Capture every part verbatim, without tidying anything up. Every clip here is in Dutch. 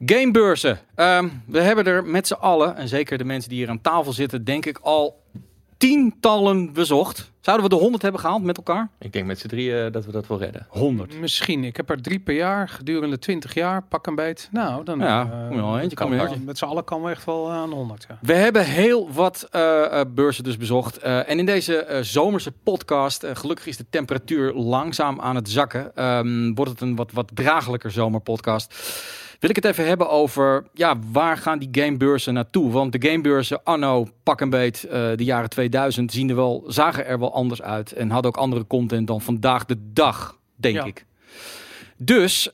Gamebeurzen. Um, we hebben er met z'n allen, en zeker de mensen die hier aan tafel zitten, denk ik al tientallen bezocht. Zouden we de honderd hebben gehaald met elkaar? Ik denk met z'n drieën dat we dat wel redden. honderd. Misschien. Ik heb er drie per jaar, gedurende twintig jaar, pak een beet. Nou, dan ja, uh, kom je al eentje, kan kom je wel, eentje. met z'n allen komen we echt wel aan de honderd. Ja. We hebben heel wat uh, uh, beurzen dus bezocht. Uh, en in deze uh, zomerse podcast, uh, gelukkig is de temperatuur langzaam aan het zakken. Um, wordt het een wat, wat draaglijker zomerpodcast. Wil ik het even hebben over, ja, waar gaan die gamebeurzen naartoe? Want de gamebeurzen anno pak een beet uh, de jaren tweeduizend zien er wel, zagen er wel anders uit. En hadden ook andere content dan vandaag de dag, denk ja. ik. Dus,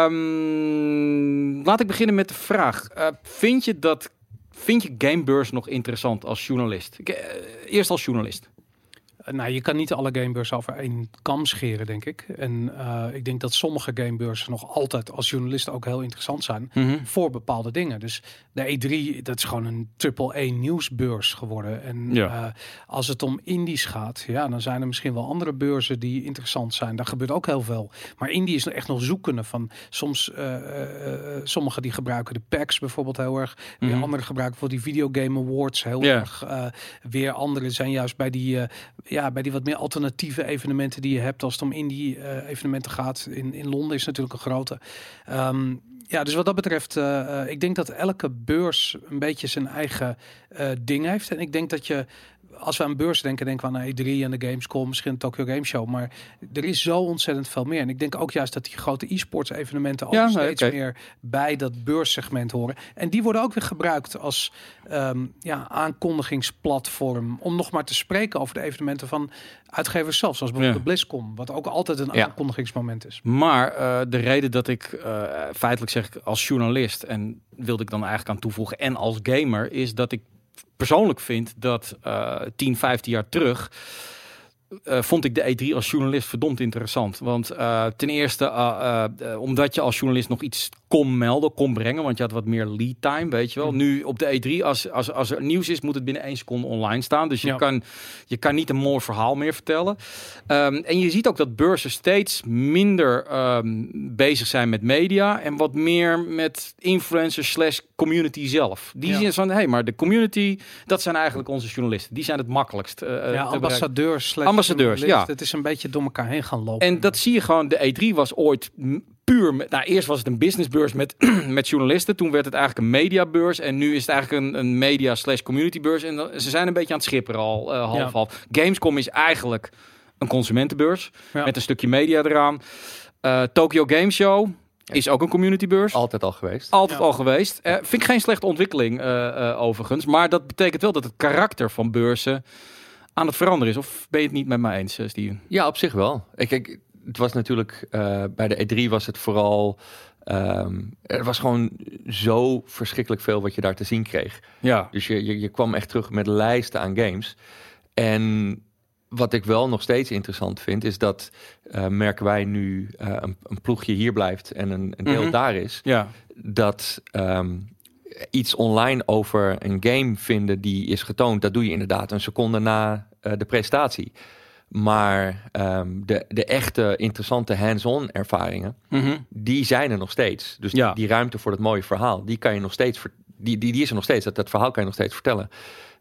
um, laat ik beginnen met de vraag. Uh, vind je dat, vind je gamebeurzen nog interessant als journalist? Uh, eerst als journalist. Nou, je kan niet alle gamebeurzen over één kam scheren, denk ik. En uh, ik denk dat sommige gamebeurzen nog altijd als journalist ook heel interessant zijn Mm-hmm. voor bepaalde dingen. Dus de E drie, dat is gewoon een triple A nieuwsbeurs geworden. En ja. uh, als het om indies gaat, ja, dan zijn er misschien wel andere beurzen die interessant zijn. Daar gebeurt ook heel veel. Maar indie is echt nog zoekende van soms, uh, uh, sommigen die gebruiken de packs bijvoorbeeld heel erg. Weer Mm-hmm. anderen gebruiken voor die Videogame Awards heel ja. erg. Uh, weer anderen zijn juist bij die... Uh, Ja, bij die wat meer alternatieve evenementen die je hebt als het om indie uh, evenementen gaat. In, in Londen is natuurlijk een grote. Um, ja, dus wat dat betreft, uh, uh, ik denk dat elke beurs een beetje zijn eigen uh, ding heeft. En ik denk dat je, als we aan beurs denken, denken we aan de E drie en de Gamescom, misschien de Tokyo Game Show. Maar er is zo ontzettend veel meer. En ik denk ook juist dat die grote e-sports evenementen ook ja, steeds okay. meer bij dat beurssegment horen. En die worden ook weer gebruikt als um, ja, aankondigingsplatform om nog maar te spreken over de evenementen van uitgevers zelf. Zoals bijvoorbeeld ja. de BlizzCon, wat ook altijd een ja. aankondigingsmoment is. Maar uh, de reden dat ik uh, feitelijk zeg als journalist, en wilde ik dan eigenlijk aan toevoegen, en als gamer, is dat ik persoonlijk vind dat uh, tien, vijftien jaar terug Uh, vond ik de E drie als journalist verdomd interessant. Want uh, ten eerste, uh, uh, omdat je als journalist nog iets kon melden, kon brengen, want je had wat meer lead time, weet je wel. Mm. Nu op de E drie, als, als, als er nieuws is, moet het binnen één seconde online staan. Dus je, ja. kan, je kan niet een mooi verhaal meer vertellen. Um, en je ziet ook dat beurzen steeds minder um, bezig zijn met media en wat meer met influencers slash community zelf. Die ja. zien van, hé, hey, maar de community, dat zijn eigenlijk onze journalisten. Die zijn het makkelijkst. Uh, ja, ambassadeurs. Ambassadeurs, ja. Het is een beetje door elkaar heen gaan lopen. En dat zie je gewoon. De E drie was ooit puur... Met, nou, eerst was het een businessbeurs met, met journalisten. Toen werd het eigenlijk een mediabeurs. En nu is het eigenlijk een, een media slash communitybeurs. En dan, ze zijn een beetje aan het schipperen al, uh, half, ja. half. Gamescom is eigenlijk een consumentenbeurs. Ja. Met een stukje media eraan. Uh, Tokyo Game Show is ook een communitybeurs. Altijd al geweest. Altijd ja. al geweest. Uh, vind ik geen slechte ontwikkeling, uh, uh, overigens. Maar dat betekent wel dat het karakter van beurzen aan het veranderen is. Of ben je het niet met mij eens, Steven? Ja, op zich wel. Ik, ik, het was natuurlijk, uh, bij de E drie was het vooral, um, er was gewoon zo verschrikkelijk veel wat je daar te zien kreeg. Ja. Dus je, je, je kwam echt terug met lijsten aan games. En wat ik wel nog steeds interessant vind, is dat uh, merken wij nu uh, een, een ploegje hier blijft en een, een deel mm-hmm. daar is. Ja. Dat um, iets online over een game vinden die is getoond, dat doe je inderdaad een seconde na uh, de presentatie. Maar um, de, de echte interessante hands-on ervaringen, mm-hmm. die zijn er nog steeds. Dus ja. die ruimte voor het mooie verhaal, die kan je nog steeds, ver- die, die, die is er nog steeds. Dat, dat verhaal kan je nog steeds vertellen.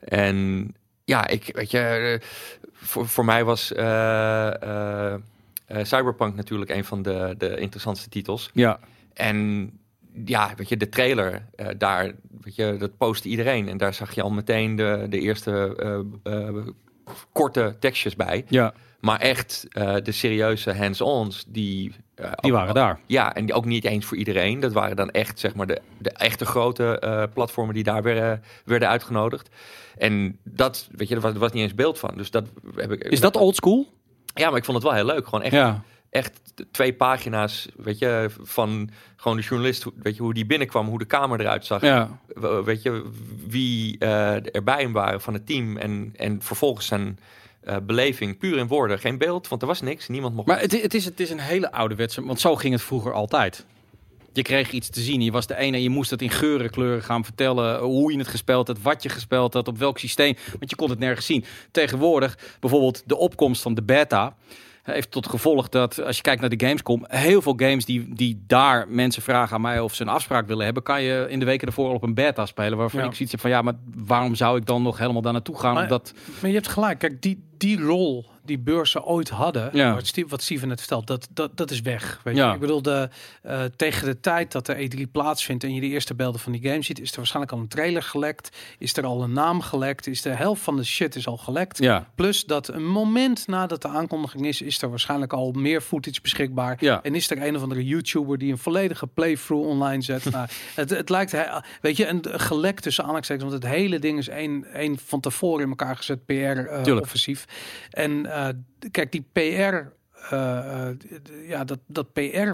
En ja, ik weet je, voor, voor mij was uh, uh, uh, Cyberpunk natuurlijk een van de, de interessantste titels. Ja. En ja, weet je, de trailer, uh, daar, weet je, dat postte iedereen. En daar zag je al meteen de, de eerste uh, uh, korte tekstjes bij. Ja. Maar echt, uh, de serieuze hands-ons, die... Uh, die ook, waren daar. Ja, en die ook niet eens voor iedereen. Dat waren dan echt, zeg maar, de, de echte grote uh, platformen die daar werden, werden uitgenodigd. En dat, weet je, er was, er was niet eens beeld van. Dus dat heb ik... Is dat old school? Ja, maar ik vond het wel heel leuk. Gewoon echt... Ja. Echt twee pagina's, weet je, van gewoon de journalist, weet je, hoe die binnenkwam, hoe de kamer eruit zag. Ja. Weet je, wie uh, er bij hem waren van het team. En, en vervolgens zijn uh, beleving, puur in woorden. Geen beeld, want er was niks. Niemand mocht... Maar het, het, is, het is een hele ouderwetse, want zo ging het vroeger altijd. Je kreeg iets te zien. Je was de ene en je moest het in geuren, kleuren gaan vertellen. Hoe je het gespeeld had, wat je gespeeld had, op welk systeem. Want je kon het nergens zien. Tegenwoordig, bijvoorbeeld de opkomst van de beta. heeft tot gevolg dat als je kijkt naar de Gamescom, heel veel games die, die daar mensen vragen aan mij of ze een afspraak willen hebben, kan je in de weken ervoor op een beta spelen. Waarvan ja. ik zoiets heb van ja, maar waarom zou ik dan nog helemaal daar naartoe gaan? Maar, omdat... maar je hebt gelijk. Kijk, die, die rol die beurzen ooit hadden, ja. wat, Steve, wat Steven net vertelt, dat, dat, dat is weg. Weet je? Ja. Ik bedoel, de, uh, tegen de tijd dat de E drie plaatsvindt en je de eerste beelden van die game ziet, is er waarschijnlijk al een trailer gelekt, is er al een naam gelekt, is de helft van de shit is al gelekt. Ja. Plus dat een moment nadat de aankondiging is, is er waarschijnlijk al meer footage beschikbaar. Ja. En is er een of andere YouTuber die een volledige playthrough online zet. nou, het, het lijkt, weet je, een gelekt tussen aanhalingstekens, want het hele ding is één, één van tevoren in elkaar gezet P R-offensief. Uh, en uh, kijk, die P R, uh, uh, ja, dat, dat P R,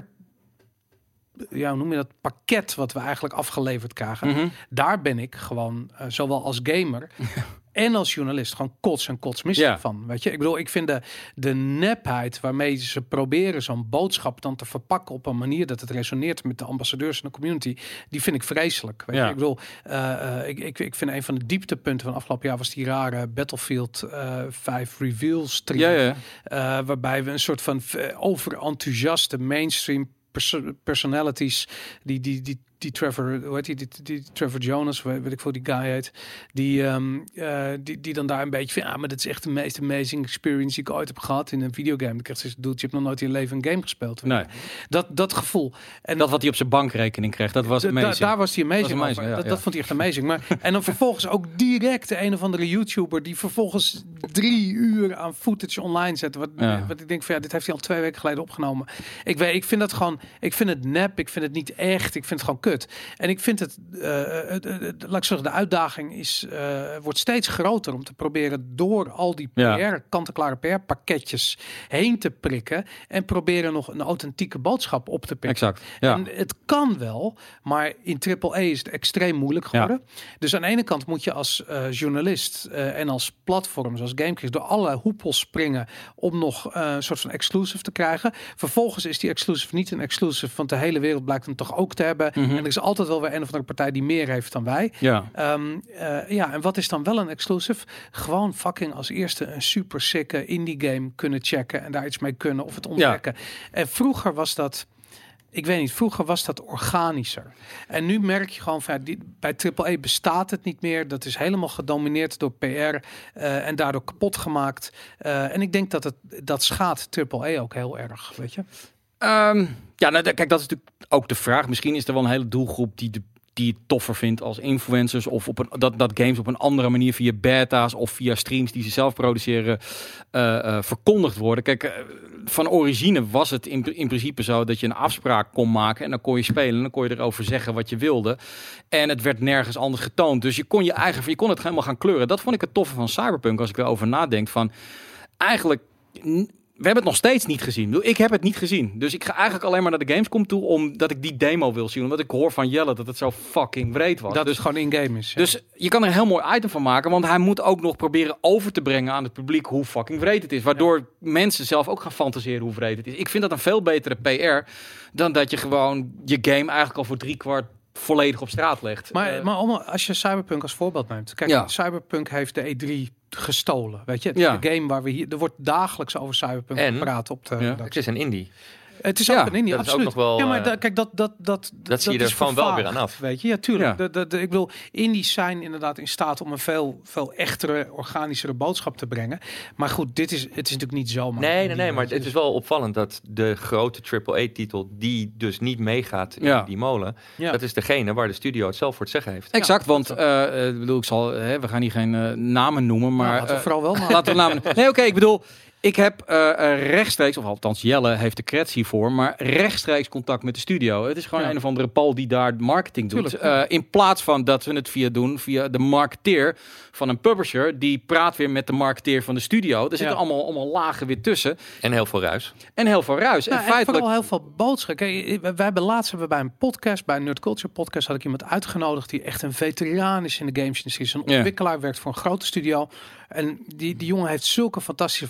ja, hoe noem je dat, pakket wat we eigenlijk afgeleverd krijgen, Mm-hmm. daar ben ik gewoon, uh, zowel als gamer en als journalist, gewoon kots en kots misselijk Ja. van. Weet je, ik bedoel, ik vind de, de nepheid waarmee ze proberen zo'n boodschap dan te verpakken op een manier dat het resoneert met de ambassadeurs en de community, die vind ik vreselijk. Weet Ja. je, ik bedoel, uh, uh, ik, ik, ik vind een van de dieptepunten van afgelopen jaar was die rare Battlefield uh, vijf reveal stream, Ja, ja. uh, waarbij we een soort van uh, overenthousiaste mainstream pers- personalities die die die die Trevor, hoe heet die, die, die Trevor Jonas, weet ik veel, die guy heet, die, um, uh, die, die dan daar een beetje van, ja, maar dit is echt de meest amazing experience die ik ooit heb gehad in een videogame. Dan krijgt ze, dude, je hebt nog nooit in je leven een game gespeeld. Nee. Dat, dat gevoel. En dat wat hij op zijn bankrekening kreeg, dat was amazing. Da, daar was hij amazing, was amazing over. ja, dat, ja. dat vond hij echt amazing. Maar, en dan vervolgens ook direct de een of andere YouTuber die vervolgens drie uur aan footage online zet. Wat, Ja. wat ik denk van, ja, dit heeft hij al twee weken geleden opgenomen. Ik weet, ik vind dat gewoon, ik vind het nep, ik vind het niet echt, ik vind het gewoon kut. En ik vind het, uh, uh, uh, uh, laat ik zeggen, de uitdaging is, uh, wordt steeds groter om te proberen door al die P R, Ja. kant-en-klare P R-pakketjes heen te prikken en proberen nog een authentieke boodschap op te pikken. Exact. Ja. En het kan wel, maar in triple A is het extreem moeilijk geworden. Ja. Dus aan de ene kant moet je als uh, journalist uh, en als platform, zoals GameKings, door allerlei hoepels springen om nog uh, een soort van exclusive te krijgen. Vervolgens is die exclusive niet een exclusive, want de hele wereld blijkt hem toch ook te hebben. Mm-hmm. En er is altijd wel weer een of andere partij die meer heeft dan wij. Ja. Um, uh, ja, en wat is dan wel een exclusive? Gewoon fucking als eerste een super sicke indie game kunnen checken en daar iets mee kunnen of het ontdekken. Ja. En vroeger was dat, ik weet niet, vroeger was dat organischer. En nu merk je gewoon van, die, bij triple A bestaat het niet meer. Dat is helemaal gedomineerd door P R uh, en daardoor kapot gemaakt. Uh, en ik denk dat het dat schaadt triple A ook heel erg, weet je. Um, ja, nou, kijk, dat is natuurlijk ook de vraag. Misschien is er wel een hele doelgroep die de die het toffer vindt als influencers of op een, dat, dat games op een andere manier via beta's of via streams die ze zelf produceren uh, uh, verkondigd worden. Kijk, uh, van origine was het in, in principe zo dat je een afspraak kon maken en dan kon je spelen en dan kon je erover zeggen wat je wilde. En het werd nergens anders getoond. Dus je kon je eigen, je kon het helemaal gaan kleuren. Dat vond ik het toffe van Cyberpunk als ik erover nadenk van eigenlijk... We hebben het nog steeds niet gezien. Ik heb het niet gezien. Dus ik ga eigenlijk alleen maar naar de Gamescom toe omdat ik die demo wil zien. Omdat ik hoor van Jelle dat het zo fucking breed was. Dat dus, het gewoon in-game is. Ja. Dus je kan er een heel mooi item van maken. Want hij moet ook nog proberen over te brengen aan het publiek hoe fucking breed het is. Waardoor ja. mensen zelf ook gaan fantaseren hoe breed het is. Ik vind dat een veel betere P R dan dat je gewoon je game eigenlijk al voor drie kwart volledig op straat legt. Maar, uh, maar om, als je Cyberpunk als voorbeeld neemt. Kijk, ja. Cyberpunk heeft de E drie gestolen. Weet je, het ja. is de game waar we hier... Er wordt dagelijks over Cyberpunk en, gepraat op de... Ja. Het is een indie. Het is ja, ook een indie, dat absoluut. Is ook nog wel, ja, maar uh, da, kijk, dat dat dat dat, dat zie je is er gewoon wel weer aan af. Weet je, ja, tuurlijk. Ja. De, de, de, ik bedoel, indies zijn inderdaad in staat om een veel veel echtere, organischere boodschap te brengen. Maar goed, dit is het is natuurlijk niet zomaar. Nee, nee, nee, maar het is wel opvallend dat de grote triple A-titel die dus niet meegaat in ja. die molen, ja. dat is degene waar de studio het zelf voor het zeggen heeft. Exact, want uh, uh, bedoel, ik zal, uh, we gaan hier geen uh, namen noemen, maar nou, laten we uh, vooral wel. Maar. Laten we namen. Nee, oké, okay, ik bedoel. Ik heb uh, uh, rechtstreeks, of althans Jelle heeft de creds hiervoor, maar rechtstreeks contact met de studio. Het is gewoon ja. een of andere Paul die daar marketing doet. Tuurlijk, ja. uh, in plaats van dat we het via doen, via de marketeer van een publisher, die praat weer met de marketeer van de studio. Er zitten ja. allemaal, allemaal lagen weer tussen. En heel veel ruis. En heel veel ruis. Nou, en feitelijk... en vooral heel veel boodschappen. Kijk, wij hebben laatst hebben bij een podcast, bij een Nerd Culture podcast, had ik iemand uitgenodigd die echt een veteraan is in de gamesindustrie. Een ontwikkelaar, ja. werkt voor een grote studio. En die, die jongen heeft zulke fantastische verhalen te vertellen.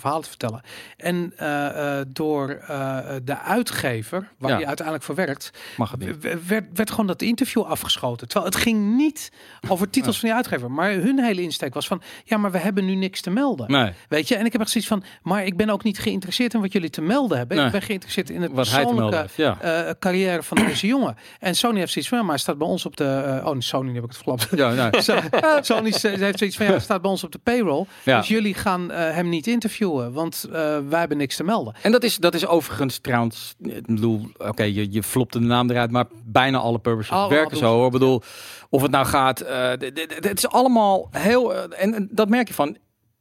vertellen. En uh, uh, door uh, de uitgever, waar Ja. je uiteindelijk voor werkt, Mag het niet. w- werd, werd gewoon dat interview afgeschoten. Terwijl het ging niet over titels Ja. van die uitgever. Maar hun hele insteek was van, ja, maar we hebben nu niks te melden. Nee. Weet je, en ik heb echt zoiets van, maar ik ben ook niet geïnteresseerd in wat jullie te melden hebben. Nee. Ik ben geïnteresseerd in het Wat hij te melden persoonlijke heeft. Ja. uh, carrière van deze jongen. En Sony heeft zoiets van, ja, maar hij staat bij ons op de... Uh, oh, Sony, nu heb ik het verklapt. Ja, nee. Zo- Sony heeft zoiets van, ja, hij staat bij ons op de payroll. Ja. Dus jullie gaan uh, hem niet interviewen, want uh, wij hebben niks te melden. En dat is, dat is overigens trouwens, ik bedoel, oké, je, je flopt de naam eruit, maar bijna alle publishers Allemaal werken doen zo. ze. Hoor. Ik bedoel, of het nou gaat, uh, d- d- d- het is allemaal heel, uh, en, en dat merk je van.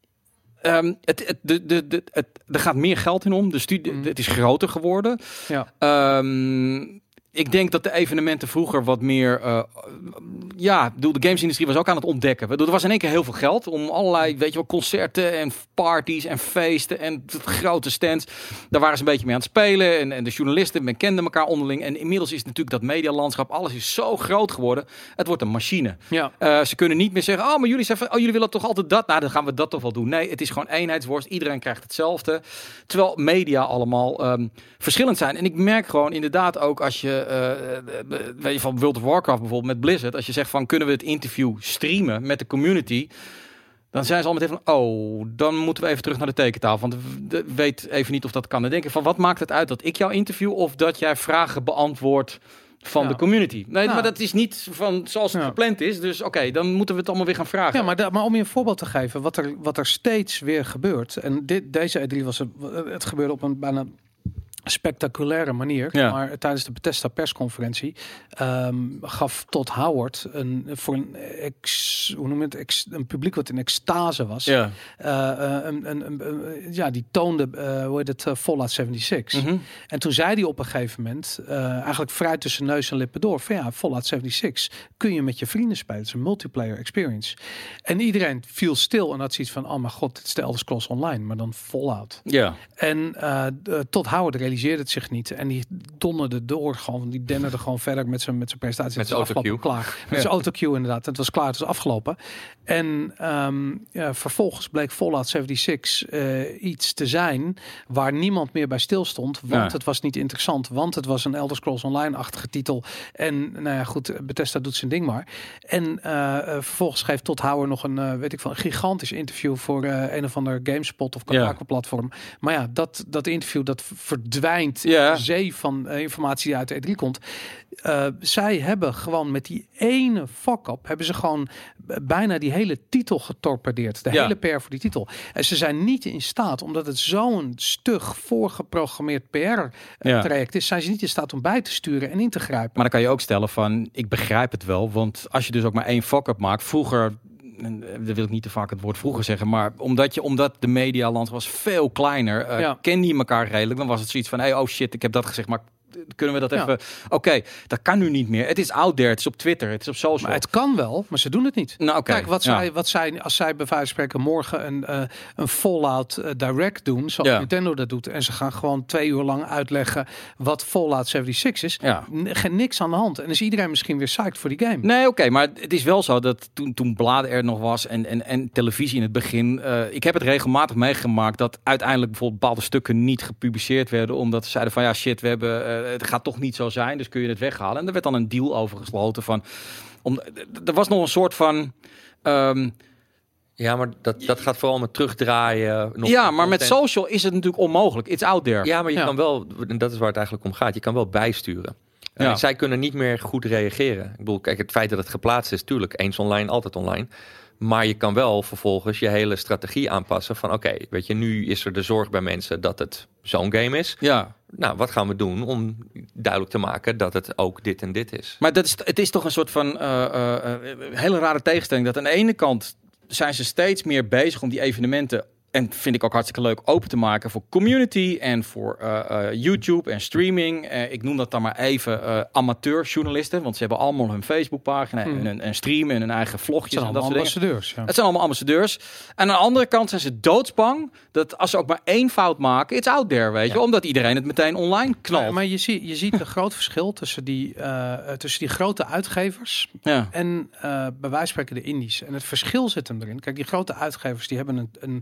Um, het, het, de, de, de, het, er gaat meer geld in om. De studie, Mm. Het is groter geworden. Ja. Um, ik denk dat de evenementen vroeger wat meer... Uh, ja, ik bedoel, de gamesindustrie was ook aan het ontdekken. Ik bedoel, er was in één keer heel veel geld om allerlei, weet je wel, concerten en parties en feesten en grote stands. Daar waren ze een beetje mee aan het spelen. En, en de journalisten, men kenden elkaar onderling. En inmiddels is natuurlijk dat medialandschap, alles is zo groot geworden. Het wordt een machine. Ja. Uh, ze kunnen niet meer zeggen, oh, maar jullie zeggen, oh, jullie willen toch altijd dat? Nou, dan gaan we dat toch wel doen. Nee, het is gewoon eenheidsworst. Iedereen krijgt hetzelfde. Terwijl media allemaal um, verschillend zijn. En ik merk gewoon inderdaad ook als je, uh, weet je, van World of Warcraft bijvoorbeeld met Blizzard, als je zegt van, kunnen we het interview streamen met de community? Dan zijn ze al meteen van, oh, dan moeten we even terug naar de tekentafel. Want we weet even niet of dat kan. Dan denk ik van, wat maakt het uit dat ik jou interview of dat jij vragen beantwoordt van Ja. de community? Nee, Ja. maar dat is niet van zoals het Ja. gepland is. Dus oké, okay, dan moeten we het allemaal weer gaan vragen. Ja, maar, da- maar om je een voorbeeld te geven, wat er, wat er steeds weer gebeurt. En dit, deze E drie was het, het gebeurde op een bijna spectaculaire manier. Ja. Maar tijdens de Bethesda persconferentie um, gaf Todd Howard een voor een ex, hoe noem je het, ex, een publiek wat in extase was. Ja. Uh, uh, een, een, een, een, ja, die toonde uh, hoe heet het, uh, Fallout zevenenzeventig. Mm-hmm. En toen zei hij op een gegeven moment, uh, eigenlijk vrij tussen neus en lippen door, van ja, Fallout zevenenzeventig kun je met je vrienden spelen. Het is een multiplayer experience. En iedereen viel stil en had zoiets van, oh mijn god, het is de Elder Scrolls Online, maar dan Fallout. Ja. En uh, Todd Howard realiseerde het zich niet. En die donderde door gewoon, die dennerde gewoon verder met zijn met zijn presentatie. Met zijn autocue. Klaar. Met Ja. zijn autocue inderdaad. Het was klaar, het was afgelopen. En um, ja, vervolgens bleek Fallout zevenenzeventig uh, iets te zijn waar niemand meer bij stil stond. Want Ja. het was niet interessant. Want het was een Elder Scrolls Online-achtige titel. En nou ja, goed, Bethesda doet zijn ding maar. En uh, uh, vervolgens schreef Todd Howard nog een, uh, weet ik veel, een gigantisch interview voor uh, een of ander GameSpot of Kotaku-platform. Maar ja, dat, dat interview, dat verdwijnt Ja. in de zee van uh, informatie die uit de E drie komt. Uh, zij hebben gewoon met die ene fuck-up, hebben ze gewoon b- bijna die hele titel getorpedeerd. De Ja. hele P R voor die titel. En ze zijn niet in staat, omdat het zo'n stug voorgeprogrammeerd P R-traject Ja. is, zijn ze niet in staat om bij te sturen en in te grijpen. Maar dan kan je ook stellen van, ik begrijp het wel. Want als je dus ook maar één fuck-up maakt. Vroeger, en daar wil ik niet te vaak het woord vroeger zeggen. Maar omdat, je, omdat de medialand was veel kleiner. Uh, Ja. kende je elkaar redelijk. Dan was het zoiets van, hey, oh shit, ik heb dat gezegd. Maar kunnen we dat Ja. even... Oké, okay, dat kan nu niet meer. Het is out there, het is op Twitter, het is op social. Maar het kan wel, maar ze doen het niet. Nou, okay, Kijk, wat, ja. zij, wat zij, als zij bij wijze van spreken morgen een, uh, een Fallout uh, Direct doen, zoals Ja. Nintendo dat doet, en ze gaan gewoon twee uur lang uitleggen wat Fallout zevenenzeventig is, Ja. n- geen niks aan de hand. En is iedereen misschien weer psyched voor die game. Nee, oké, okay, maar het is wel zo dat toen, toen bladen er nog was en, en, en televisie in het begin, uh, ik heb het regelmatig meegemaakt dat uiteindelijk bijvoorbeeld bepaalde stukken niet gepubliceerd werden, omdat ze zeiden van ja shit, we hebben, uh, het gaat toch niet zo zijn, dus kun je het weghalen. En er werd dan een deal over gesloten van, om, er was nog een soort van... Um, Ja, maar dat, dat gaat vooral met terugdraaien. Nog ja, maar met content. social is het natuurlijk onmogelijk. It's out there. Ja, maar je Ja. kan wel, en dat is waar het eigenlijk om gaat, je kan wel bijsturen. Ja. En zij kunnen niet meer goed reageren. Ik bedoel, kijk, het feit dat het geplaatst is, tuurlijk, eens online, altijd online. Maar je kan wel vervolgens je hele strategie aanpassen van oké, okay, weet je, nu is er de zorg bij mensen dat het zo'n game is. Ja. Nou, wat gaan we doen om duidelijk te maken dat het ook dit en dit is? Maar dat is, het is toch een soort van uh, uh, uh, hele rare tegenstelling. Dat aan de ene kant zijn ze steeds meer bezig om die evenementen, en vind ik ook hartstikke leuk, open te maken voor community en voor uh, uh, YouTube en streaming. Uh, ik noem dat dan maar even uh, amateurjournalisten, want ze hebben allemaal hun Facebookpagina Hmm. en, een, en streamen en hun eigen Het vlogjes zijn en dat allemaal soort dingen. ambassadeurs. Ja. Het zijn allemaal ambassadeurs. En aan de andere kant zijn ze doodsbang dat als ze ook maar één fout maken, it's out there, weet je, Ja. omdat iedereen het meteen online knalt. Maar, maar je, zie, je ziet een groot verschil tussen die, uh, tussen die grote uitgevers ja. en uh, bij wijze van spreken de indies. En het verschil zit hem erin. Kijk, die grote uitgevers die hebben een, een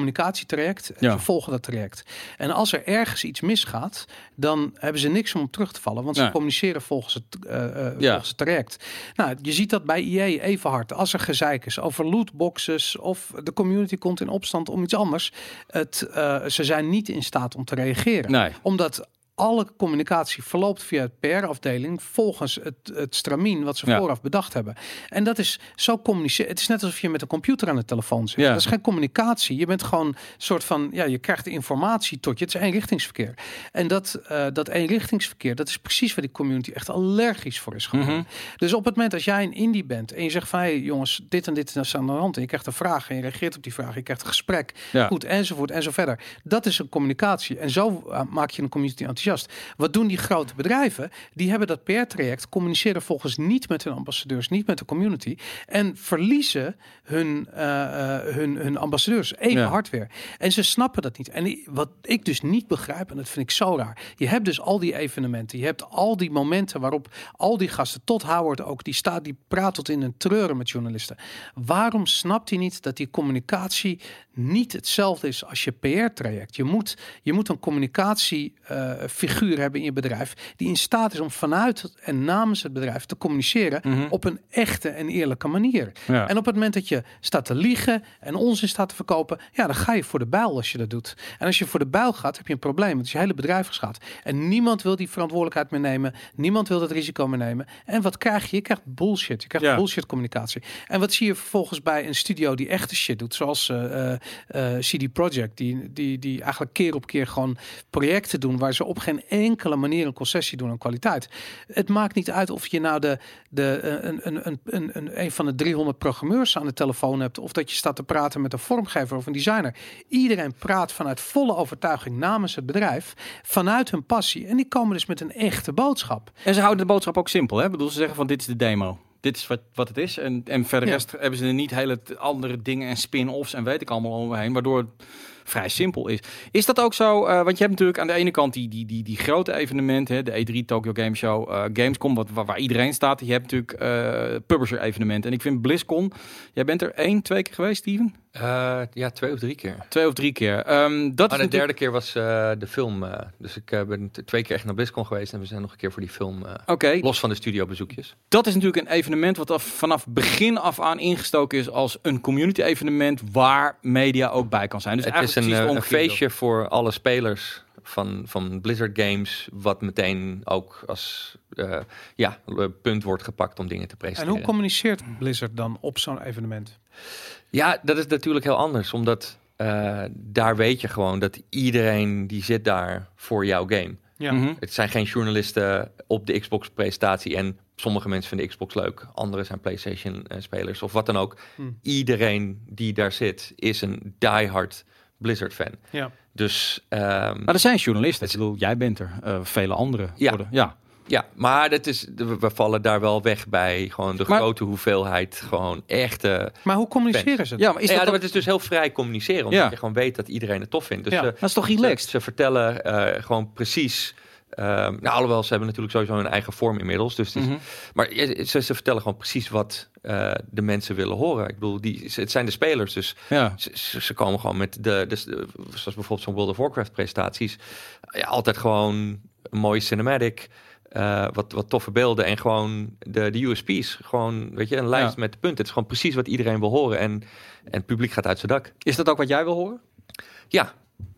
communicatietraject. En Ja. ze volgen dat traject. En als er ergens iets misgaat, dan hebben ze niks om op terug te vallen. Want ze Nee. communiceren volgens het, uh, uh, Ja. volgens het traject. Nou, je ziet dat bij I A even hard. Als er gezeik is over lootboxes of de community komt in opstand om iets anders. Het, uh, ze zijn niet in staat om te reageren. Nee. Omdat alle communicatie verloopt via het P R-afdeling volgens het, het stramien wat ze Ja. vooraf bedacht hebben. En dat is zo communiceren. Het is net alsof je met een computer aan de telefoon zit. Ja. Dat is geen communicatie. Je bent gewoon een soort van, ja, je krijgt de informatie tot je. Het is eenrichtingsverkeer. En dat, uh, dat eenrichtingsverkeer, dat is precies waar die community echt allergisch voor is geworden. Mhm. Dus op het moment als jij een indie bent en je zegt van, hey, jongens, dit en dit is aan de hand. En je krijgt een vraag en je reageert op die vraag. Je krijgt een gesprek. Ja. Goed, enzovoort en zo verder. Dat is een communicatie. En zo uh, maak je een community enthousiast. Wat doen die grote bedrijven? Die hebben dat P R-traject, communiceren volgens niet met hun ambassadeurs, niet met de community. En verliezen hun, uh, uh, hun, hun ambassadeurs even Ja. hard weer. En ze snappen dat niet. En i- wat ik dus niet begrijp, en dat vind ik zo raar. Je hebt dus al die evenementen. Je hebt al die momenten waarop al die gasten, tot Howard ook, die staat, die praat tot in een treuren met journalisten. Waarom snapt hij niet dat die communicatie niet hetzelfde is als je P R-traject? Je moet, je moet een communicatiefiguur hebben in je bedrijf die in staat is om vanuit het en namens het bedrijf te communiceren Mhm. op een echte en eerlijke manier. Ja. En op het moment dat je staat te liegen en onzin staat te verkopen, ja, dan ga je voor de bijl als je dat doet. En als je voor de bijl gaat, heb je een probleem. Want je hele bedrijf gaat. En niemand wil die verantwoordelijkheid meer nemen. Niemand wil dat risico meer nemen. En wat krijg je? Je krijgt bullshit. Je krijgt Ja. bullshit communicatie. En wat zie je vervolgens bij een studio die echte shit doet, zoals uh, uh, C D Projekt, die, die, die eigenlijk keer op keer gewoon projecten doen waar ze op geen enkele manier een concessie doen aan kwaliteit. Het maakt niet uit of je nou de, de, een, een, een, een, een, een van de driehonderd programmeurs aan de telefoon hebt, of dat je staat te praten met een vormgever of een designer. Iedereen praat vanuit volle overtuiging namens het bedrijf, vanuit hun passie. En die komen dus met een echte boodschap. En ze houden de boodschap ook simpel. Hè? Ik bedoel, ze zeggen van dit is de demo. Dit is wat, wat het is. En, en verder Ja. rest hebben ze er niet hele t- andere dingen en spin-offs en weet ik allemaal omheen. Waardoor het vrij simpel is. Is dat ook zo? Uh, want je hebt natuurlijk aan de ene kant die, die, die, die grote evenementen. Hè, de E drie, Tokyo Game Show, uh, Gamescom, wat, waar, waar iedereen staat. Je hebt natuurlijk uh, publisher evenementen. En ik vind BlizzCon, jij bent er één, twee keer geweest, Steven? Uh, ja, twee of drie keer. Twee of drie keer. Um, dat Maar is de derde keer was uh, de film. Uh, dus ik uh, ben t- twee keer echt naar BlizzCon geweest. En we zijn nog een keer voor die film. Uh, Oké. Okay. Los van de studiobezoekjes. Dat is natuurlijk een evenement wat af, vanaf begin af aan ingestoken is als een community evenement waar media ook bij kan zijn. Dus het is een, precies uh, een feestje voor alle spelers van, van Blizzard Games. Wat meteen ook als uh, ja, punt wordt gepakt om dingen te presenteren. En hoe communiceert Blizzard dan op zo'n evenement? Ja, dat is natuurlijk heel anders. Omdat uh, daar weet je gewoon dat iedereen die zit daar voor jouw game. Ja. Mm-hmm. Het zijn geen journalisten op de Xbox-presentatie. En sommige mensen vinden Xbox leuk. Anderen zijn PlayStation-spelers of wat dan ook. Hmm. Iedereen die daar zit is een diehard Blizzard-fan. Ja. Dus, um, maar er zijn journalisten. Ik bedoel, jij bent er. Uh, vele anderen. Ja. Worden. Ja. Ja, maar dat is, we vallen daar wel weg bij gewoon de maar, grote hoeveelheid gewoon echte. Maar hoe communiceren fans. ze? Ja, maar is ja, dat dat is dus heel vrij communiceren, omdat ja. je gewoon weet dat iedereen het tof vindt. Dus ja. uh, dat is toch relaxed? Ze, ze vertellen uh, gewoon precies. Uh, nou, alhoewel ze hebben natuurlijk sowieso hun eigen vorm inmiddels. Dus, dus mm-hmm. maar ze, ze vertellen gewoon precies wat uh, de mensen willen horen. Ik bedoel, die, het zijn de spelers, dus ja. ze, ze komen gewoon met de, de, de zoals bijvoorbeeld zo'n World of Warcraft presentaties, ja, altijd gewoon een mooie cinematic. Uh, wat, wat toffe beelden en gewoon de, de U S P's. Gewoon, weet je, een lijst ja. met de punten. Het is gewoon precies wat iedereen wil horen. En, en het publiek gaat uit zijn dak. Is dat ook wat jij wil horen? Ja.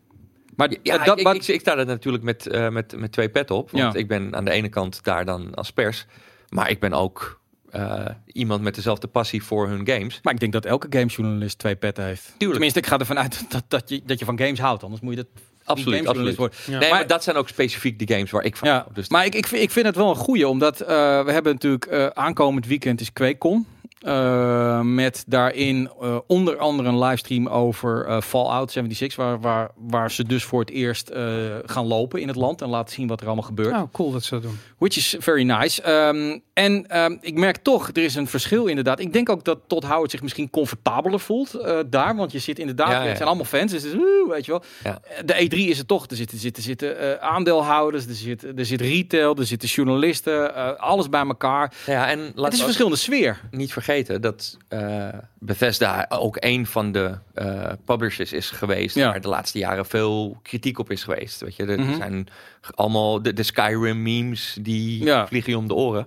Maar ja, dat, ik, maar... ik, ik, ik sta er natuurlijk met, uh, met, met twee petten op. Want ja. ik ben aan de ene kant daar dan als pers. Maar ik ben ook uh, iemand met dezelfde passie voor hun games. Maar ik denk dat elke gamejournalist twee petten heeft. Tuurlijk. Tenminste, ik ga ervan uit dat, dat, je, dat je van games houdt. Anders moet je dat... Absoluut, absoluut. Ja. Nee, maar, maar dat zijn ook specifiek de games waar ik van ja, hou. Dus maar ik, ik, ik vind het wel een goeie, omdat uh, we hebben natuurlijk uh, aankomend weekend is QuakeCon. Uh, met daarin uh, onder andere een livestream over uh, Fallout zevenenzeventig, waar, waar, waar ze dus voor het eerst uh, gaan lopen in het land en laten zien wat er allemaal gebeurt. Oh, cool dat ze dat doen. Which is very nice. Um, en um, ik merk toch, er is een verschil inderdaad. Ik denk ook dat Todd Howard zich misschien comfortabeler voelt uh, daar, want je zit inderdaad, ja, ja. het zijn allemaal fans, dus het is, uh, weet je wel. Ja. De E drie is het toch, er zitten, zitten, zitten uh, aandeelhouders, er zit, er zit retail, er zitten journalisten, uh, alles bij elkaar. Ja, en laat het is een verschillende sfeer. Niet vergeten vergeten dat uh, Bethesda ook een van de uh, publishers is geweest, ja. waar de laatste jaren veel kritiek op is geweest. Weet je, er mm-hmm. zijn allemaal de, de Skyrim memes die ja. vliegen je om de oren.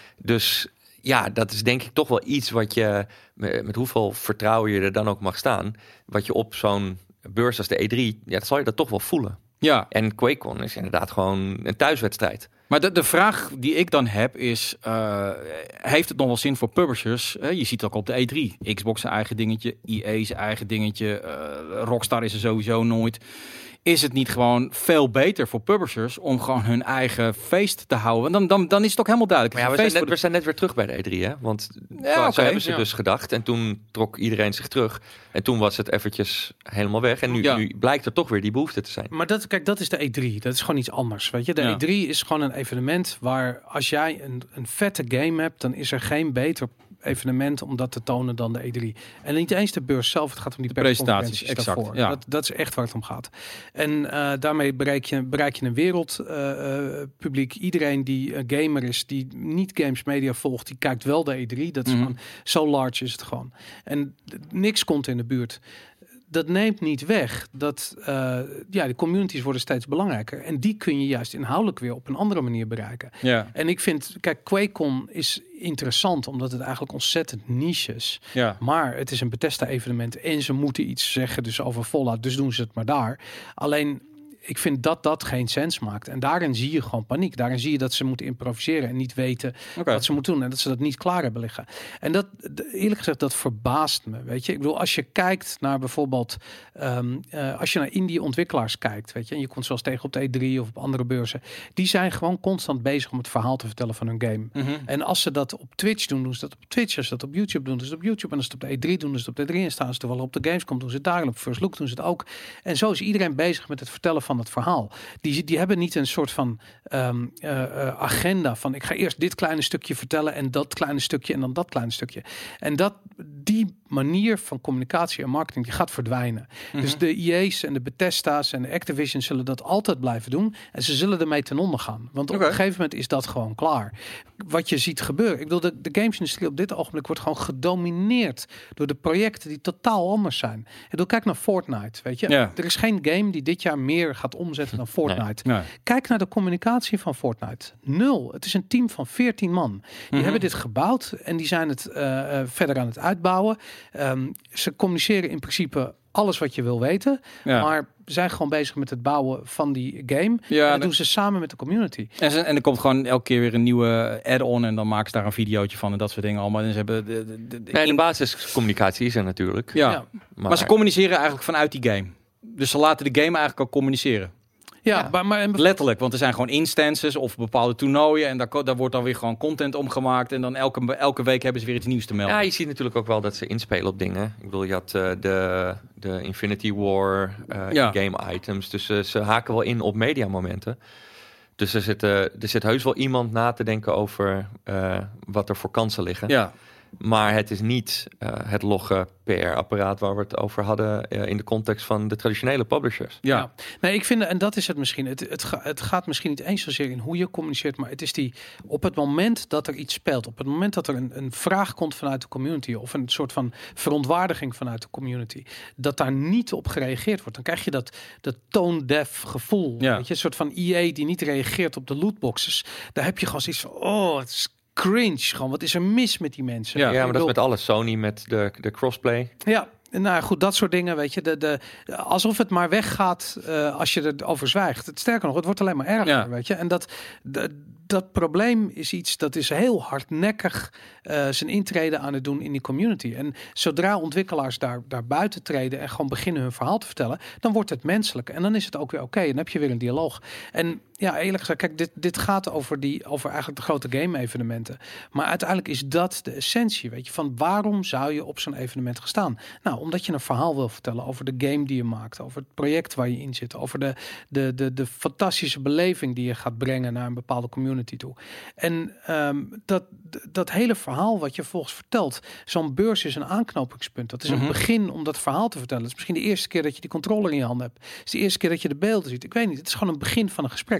Dus ja, dat is denk ik toch wel iets wat je, met, met hoeveel vertrouwen je er dan ook mag staan, wat je op zo'n beurs als de E drie, ja, dat zal je dat toch wel voelen. Ja. En QuakeCon is inderdaad gewoon een thuiswedstrijd. Maar de, de vraag die ik dan heb is, uh, heeft het nog wel zin voor publishers? Uh, je ziet het ook op de E drie. Xbox zijn eigen dingetje, E A zijn eigen dingetje, uh, Rockstar is er sowieso nooit. Is het niet gewoon veel beter voor publishers om gewoon hun eigen feest te houden? Dan, dan, dan is het ook helemaal duidelijk. Maar ja, we, zijn net, we zijn net weer terug bij de E drie, hè? Want ja, zo, okay, zo hebben ze ja. dus gedacht. En toen trok iedereen zich terug. En toen was het eventjes helemaal weg. En nu, ja. nu blijkt er toch weer die behoefte te zijn. Maar dat, kijk, dat is de E drie. Dat is gewoon iets anders, weet je. De ja. E drie is gewoon een evenement waar als jij een, een vette game hebt, dan is er geen beter evenement om dat te tonen dan de E drie. En niet eens de beurs zelf, het gaat om die de presentaties exact, daarvoor. Ja. Dat, dat is echt waar het om gaat. En uh, daarmee bereik je, bereik je een wereldpubliek. Uh, Iedereen die uh, gamer is, die niet games media volgt, die kijkt wel de E drie. Dat is mm-hmm. gewoon, zo large is het gewoon. En d- niks komt in de buurt. Dat neemt niet weg dat uh, ja, de communities worden steeds belangrijker. En die kun je juist inhoudelijk weer op een andere manier bereiken. Ja. En ik vind, kijk, QuakeCon is interessant omdat het eigenlijk ontzettend niche is. Ja. Maar het is een Bethesda-evenement en ze moeten iets zeggen dus over Fallout, dus doen ze het maar daar. Alleen, ik vind dat dat geen sens maakt. En daarin zie je gewoon paniek. Daarin zie je dat ze moeten improviseren en niet weten okay. wat ze moeten doen. En dat ze dat niet klaar hebben liggen. En dat, eerlijk gezegd, dat verbaast me. Weet je, ik bedoel, als je kijkt naar bijvoorbeeld, um, uh, als je naar indie ontwikkelaars kijkt, weet je, en je komt zoals tegen op de E drie of op andere beurzen, die zijn gewoon constant bezig om het verhaal te vertellen van hun game. Mm-hmm. En als ze dat op Twitch doen, doen ze dat op Twitch. Als ze dat op YouTube doen, doen ze dat op YouTube. En als ze het op de E drie doen, doen ze het op de E drie. En staan ze toevallig op de Gamescom, doen ze het daar. En op First Look doen ze het ook. En zo is iedereen bezig met het vertellen van het verhaal. Die, die hebben niet een soort van um, uh, uh, agenda van ik ga eerst dit kleine stukje vertellen en dat kleine stukje en dan dat kleine stukje. En dat die manier van communicatie en marketing die gaat verdwijnen. Mm-hmm. Dus de E A's en de Bethesda's en de Activision zullen dat altijd blijven doen en ze zullen ermee ten onder gaan. Want okay. op een gegeven moment is dat gewoon klaar. Wat je ziet gebeuren. Ik bedoel, de, de gamesindustrie op dit ogenblik wordt gewoon gedomineerd door de projecten die totaal anders zijn. Ik bedoel, kijk naar Fortnite, weet je. Ja. Er is geen game die dit jaar meer gaat omzetten dan Fortnite. Nee. Nee. Kijk naar de communicatie van Fortnite. Nul. Het is een team van veertien man. Die mm-hmm. hebben dit gebouwd en die zijn het uh, uh, verder aan het uitbouwen. Um, ze communiceren in principe alles wat je wil weten, ja. maar zijn gewoon bezig met het bouwen van die game. Ja, en dat doen ze samen met de community. En, ze, en er komt gewoon elke keer weer een nieuwe add-on en dan maken ze daar een videootje van en dat soort dingen allemaal. En ze hebben de, de, de, de, nee, de basiscommunicatie is er natuurlijk. Ja. Ja. Maar, maar ze communiceren eigenlijk vanuit die game. Dus ze laten de game eigenlijk ook communiceren. Ja, ja, maar, maar en letterlijk, want er zijn gewoon instances of bepaalde toernooien en daar, daar wordt dan weer gewoon content omgemaakt en dan elke, elke week hebben ze weer iets nieuws te melden. Ja, je ziet natuurlijk ook wel dat ze inspelen op dingen. Ik bedoel, je had uh, de, de Infinity War uh, ja. game items, dus uh, ze haken wel in op mediamomenten. Dus er zit, uh, er zit heus wel iemand na te denken over uh, wat er voor kansen liggen. Ja. Maar het is niet uh, het logge P R-apparaat waar we het over hadden uh, in de context van de traditionele publishers. Ja, ja. Nee, ik vind, en dat is het misschien. Het, het, ga, het gaat misschien niet eens zozeer in hoe je communiceert, maar het is die op het moment dat er iets speelt, op het moment dat er een, een vraag komt vanuit de community of een soort van verontwaardiging vanuit de community, dat daar niet op gereageerd wordt. Dan krijg je dat, dat tone-deaf gevoel. Ja. Weet je, een soort van E A die niet reageert op de lootboxes. Daar heb je gewoon zoiets van, oh, het is cringe, gewoon. Wat is er mis met die mensen? Ja, ja maar dat is met alles. Sony met de, de crossplay. Ja, nou goed, dat soort dingen, weet je. De, de, alsof het maar weggaat uh, als je erover zwijgt. Het, sterker nog, het wordt alleen maar erger, ja. weet je. En dat, de, dat probleem is iets dat is heel hardnekkig uh, zijn intrede aan het doen in die community. En zodra ontwikkelaars daar, daar buiten treden en gewoon beginnen hun verhaal te vertellen, dan wordt het menselijk. En dan is het ook weer oké. Okay. Dan heb je weer een dialoog. En ja, eerlijk gezegd, kijk, dit, dit gaat over, die, over eigenlijk de grote game-evenementen. Maar uiteindelijk is dat de essentie, weet je. Van waarom zou je op zo'n evenement gaan staan? Nou, omdat je een verhaal wil vertellen over de game die je maakt, over het project waar je in zit, over de, de, de, de fantastische beleving die je gaat brengen naar een bepaalde community toe. En um, dat, dat hele verhaal wat je volgens vertelt, zo'n beurs is een aanknopingspunt. Dat is mm-hmm. een begin om dat verhaal te vertellen. Het is misschien de eerste keer dat je die controller in je hand hebt. Het is de eerste keer dat je de beelden ziet. Ik weet niet, het is gewoon een begin van een gesprek.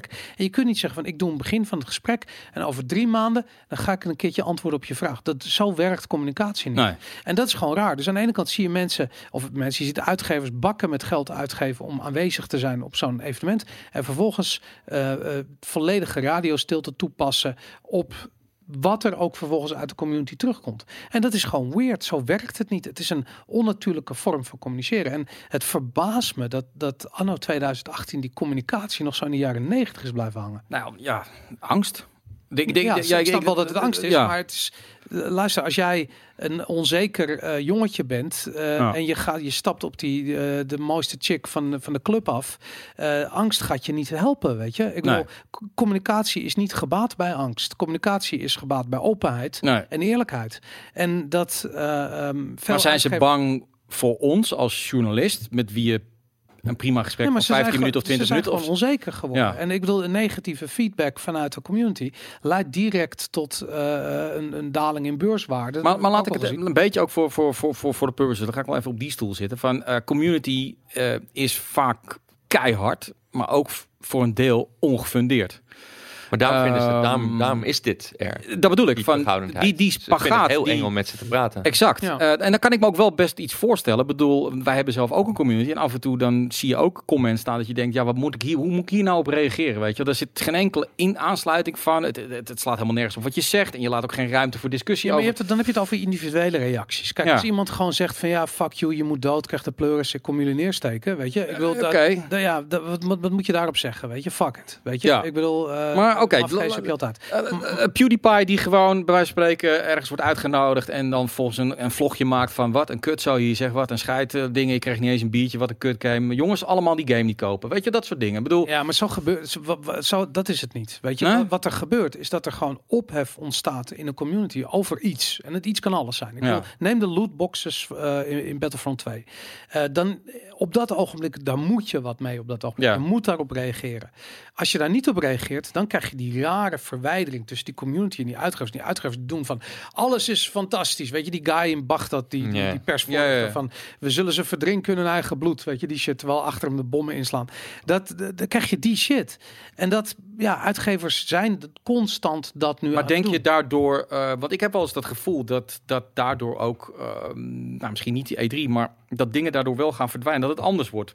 gesprek. En je kunt niet zeggen van ik doe een begin van het gesprek en over drie maanden dan ga ik een keertje antwoorden op je vraag. Dat, zo werkt communicatie niet. Nee. En dat is gewoon raar. Dus aan de ene kant zie je mensen, of mensen, je ziet uitgevers bakken met geld uitgeven om aanwezig te zijn op zo'n evenement. En vervolgens uh, uh, volledige radiostilte toepassen op wat er ook vervolgens uit de community terugkomt. En dat is gewoon weird. Zo werkt het niet. Het is een onnatuurlijke vorm van communiceren. En het verbaast me dat, dat anno twintig achttien die communicatie nog zo in de jaren negentig is blijven hangen. Nou ja, angst. Ik denk, ja, ja, ik snap ik, wel dat het angst is, ja. maar het is... Luister, als jij een onzeker uh, jongetje bent uh, ja. en je gaat, je stapt op die uh, de mooiste chick van van de club af, uh, angst gaat je niet helpen, weet je. Ik bedoel, nee. c- communicatie is niet gebaat bij angst. Communicatie is gebaat bij openheid nee. en eerlijkheid. En dat. Uh, um, veel maar zijn uitgever... ze bang voor ons als journalist, met wie je een prima gesprek van vijftien minuten of twintig minuten of onzeker geworden. Ja. En ik bedoel, een negatieve feedback vanuit de community leidt direct tot uh, een, een daling in beurswaarde. Maar, maar laat ik het zien. een beetje ook voor, voor, voor, voor, voor de purposes. Dan ga ik wel even op die stoel zitten. Van uh, community uh, is vaak keihard, maar ook f- voor een deel ongefundeerd. Maar daarom, vinden ze, Um, daarom, daarom is dit er. Dat bedoel ik. Die Van terughoudendheid. die, die Ze vinden spagaat. het heel die, eng om met ze te praten. Exact. Ja. Uh, en dan kan ik me ook wel best iets voorstellen. Ik bedoel, wij hebben zelf ook een community. En af en toe dan zie je ook comments staan dat je denkt, ja, wat moet ik hier, hoe moet ik hier nou op reageren? Weet je, er zit geen enkele in aansluiting van. Het, het, het slaat helemaal nergens op wat je zegt. En je laat ook geen ruimte voor discussie Ja, maar je over. hebt het, dan heb je het over individuele reacties. Kijk, Ja. als iemand gewoon zegt van ja, fuck you, je moet dood, krijgt de pleuris, ik kom jullie neersteken, weet je. Ik wil Oké. dat, Okay. da, ja, da, wat, wat, wat moet je daarop zeggen, weet je? Fuck it, weet je. Ja. Ik bedoel, uh, Maar oké, okay, afgeven heb je altijd. Uh, uh, PewDiePie die gewoon bij wijze van spreken ergens wordt uitgenodigd en dan volgens een, een vlogje maakt van wat een kut zou hier zeg wat een scheid uh, dingen, ik krijg niet eens een biertje, wat een kut game. Jongens, allemaal die game niet kopen. Weet je, dat soort dingen. Ik bedoel, Ja, maar zo gebeurt zo, zo, dat is het niet. Weet je, Nee? wat, wat er gebeurt is dat er gewoon ophef ontstaat in een community over iets. En het iets kan alles zijn. Ik Ja. bedoel, neem de lootboxes uh, in, in Battlefront twee. Uh, dan op dat ogenblik, daar moet je wat mee op dat ogenblik. Ja. Je moet daarop reageren. Als je daar niet op reageert, dan krijg je die rare verwijdering tussen die community en die uitgevers. Die uitgevers doen van alles is fantastisch. Weet je, die guy in Baghdad, die, die, Ja. die persvoorlichter Ja, ja, ja. van we zullen ze verdrinken in hun eigen bloed. Weet je, die shit, terwijl achter hem de bommen inslaan. Dat, dat, dan krijg je die shit. En dat, ja, uitgevers zijn constant dat nu aan maar het denk doen. je daardoor, uh, want ik heb wel eens dat gevoel dat, dat daardoor ook, uh, nou misschien niet die E drie, maar dat dingen daardoor wel gaan verdwijnen, dat het anders wordt.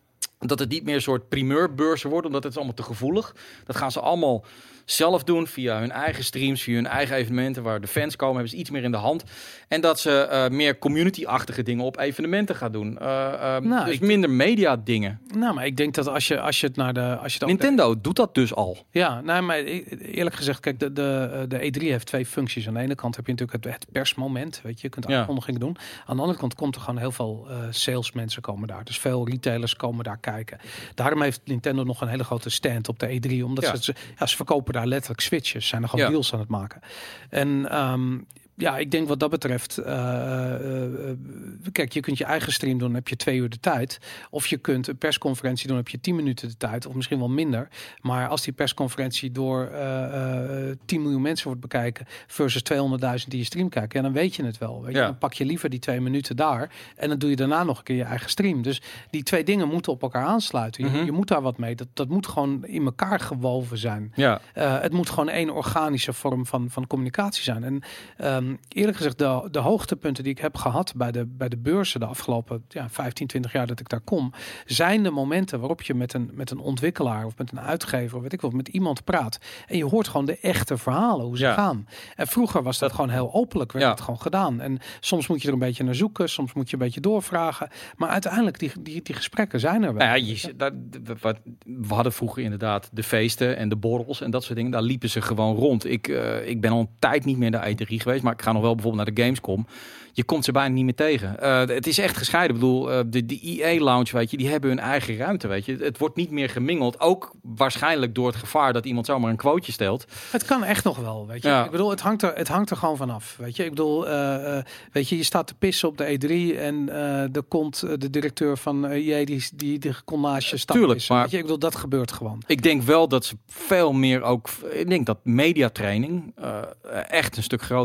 Dat het niet meer een soort primeurbeurzen wordt, omdat het is allemaal te gevoelig. Dat gaan ze allemaal zelf doen via hun eigen streams, via hun eigen evenementen waar de fans komen, hebben ze iets meer in de hand. En dat ze uh, meer community-achtige dingen op evenementen gaan doen. Uh, uh, Nou, dus ik- minder media dingen. Nou, maar ik denk dat als je, als je het naar de... Als je het ook- Nintendo doet dat dus al. Ja, nou, maar e- eerlijk gezegd, kijk, de, de, de E drie heeft twee functies. Aan de ene kant heb je natuurlijk het, het persmoment, weet je, je kunt Ja. aankondigingen doen. Aan de andere kant komt er gewoon heel veel uh, salesmensen komen daar. Dus veel retailers komen daar kijken. Daarom heeft Nintendo nog een hele grote stand op de E drie, omdat Ja. ze, ja, ze verkopen daar letterlijk switches, zijn er gewoon Ja. deals aan het maken. En um, ja, ik denk wat dat betreft, uh, uh, uh, kijk, je kunt je eigen stream doen, dan heb je twee uur de tijd. Of je kunt een persconferentie doen, dan heb je tien minuten de tijd, of misschien wel minder. Maar als die persconferentie door uh, uh, tien miljoen mensen wordt bekijken versus tweehonderdduizend die je stream kijken, ja, dan weet je het wel. Weet je? Ja. Dan pak je liever die twee minuten daar en dan doe je daarna nog een keer je eigen stream. Dus die twee dingen moeten op elkaar aansluiten. Je, Mhm. je moet daar wat mee. Dat, dat moet gewoon in elkaar gewoven zijn. Ja. Uh, het moet gewoon één organische vorm van, van communicatie zijn. En um, eerlijk gezegd, de, de hoogtepunten die ik heb gehad bij de, bij de beurzen de afgelopen ja, vijftien, twintig jaar dat ik daar kom, zijn de momenten waarop je met een, met een ontwikkelaar of met een uitgever of weet ik wat, met iemand praat. En je hoort gewoon de echte verhalen, hoe ze Ja. gaan. En vroeger was dat, Dat- gewoon heel openlijk, werd Ja. het gewoon gedaan. En soms moet je er een beetje naar zoeken, soms moet je een beetje doorvragen. Maar uiteindelijk, die, die, die gesprekken zijn er wel. Nou ja, je, dat, wat, we hadden vroeger inderdaad de feesten en de borrels en dat soort dingen. Daar liepen ze gewoon rond. Ik, uh, ik ben al een tijd niet meer naar E drie geweest, maar ik ga nog wel bijvoorbeeld naar de Gamescom. Je komt ze bijna niet meer tegen. Uh, het is echt gescheiden. Ik bedoel, uh, de, de E A-lounge, weet je, die hebben hun eigen ruimte, weet je. Het wordt niet meer gemingeld. Ook waarschijnlijk door het gevaar dat iemand zomaar een quoteje stelt. Het kan echt nog wel, weet je. Ja. Ik bedoel, het hangt er, het hangt er gewoon vanaf, weet je. Ik bedoel, uh, uh, weet je, je staat te pissen op de E drie en uh, er komt uh, de directeur van uh, E A die, die de collage staat Tuurlijk, pissen, maar- weet je. Ik bedoel, dat gebeurt gewoon. Ik denk wel dat ze veel meer ook... Ik denk dat mediatraining uh, echt een stuk groter is vandaag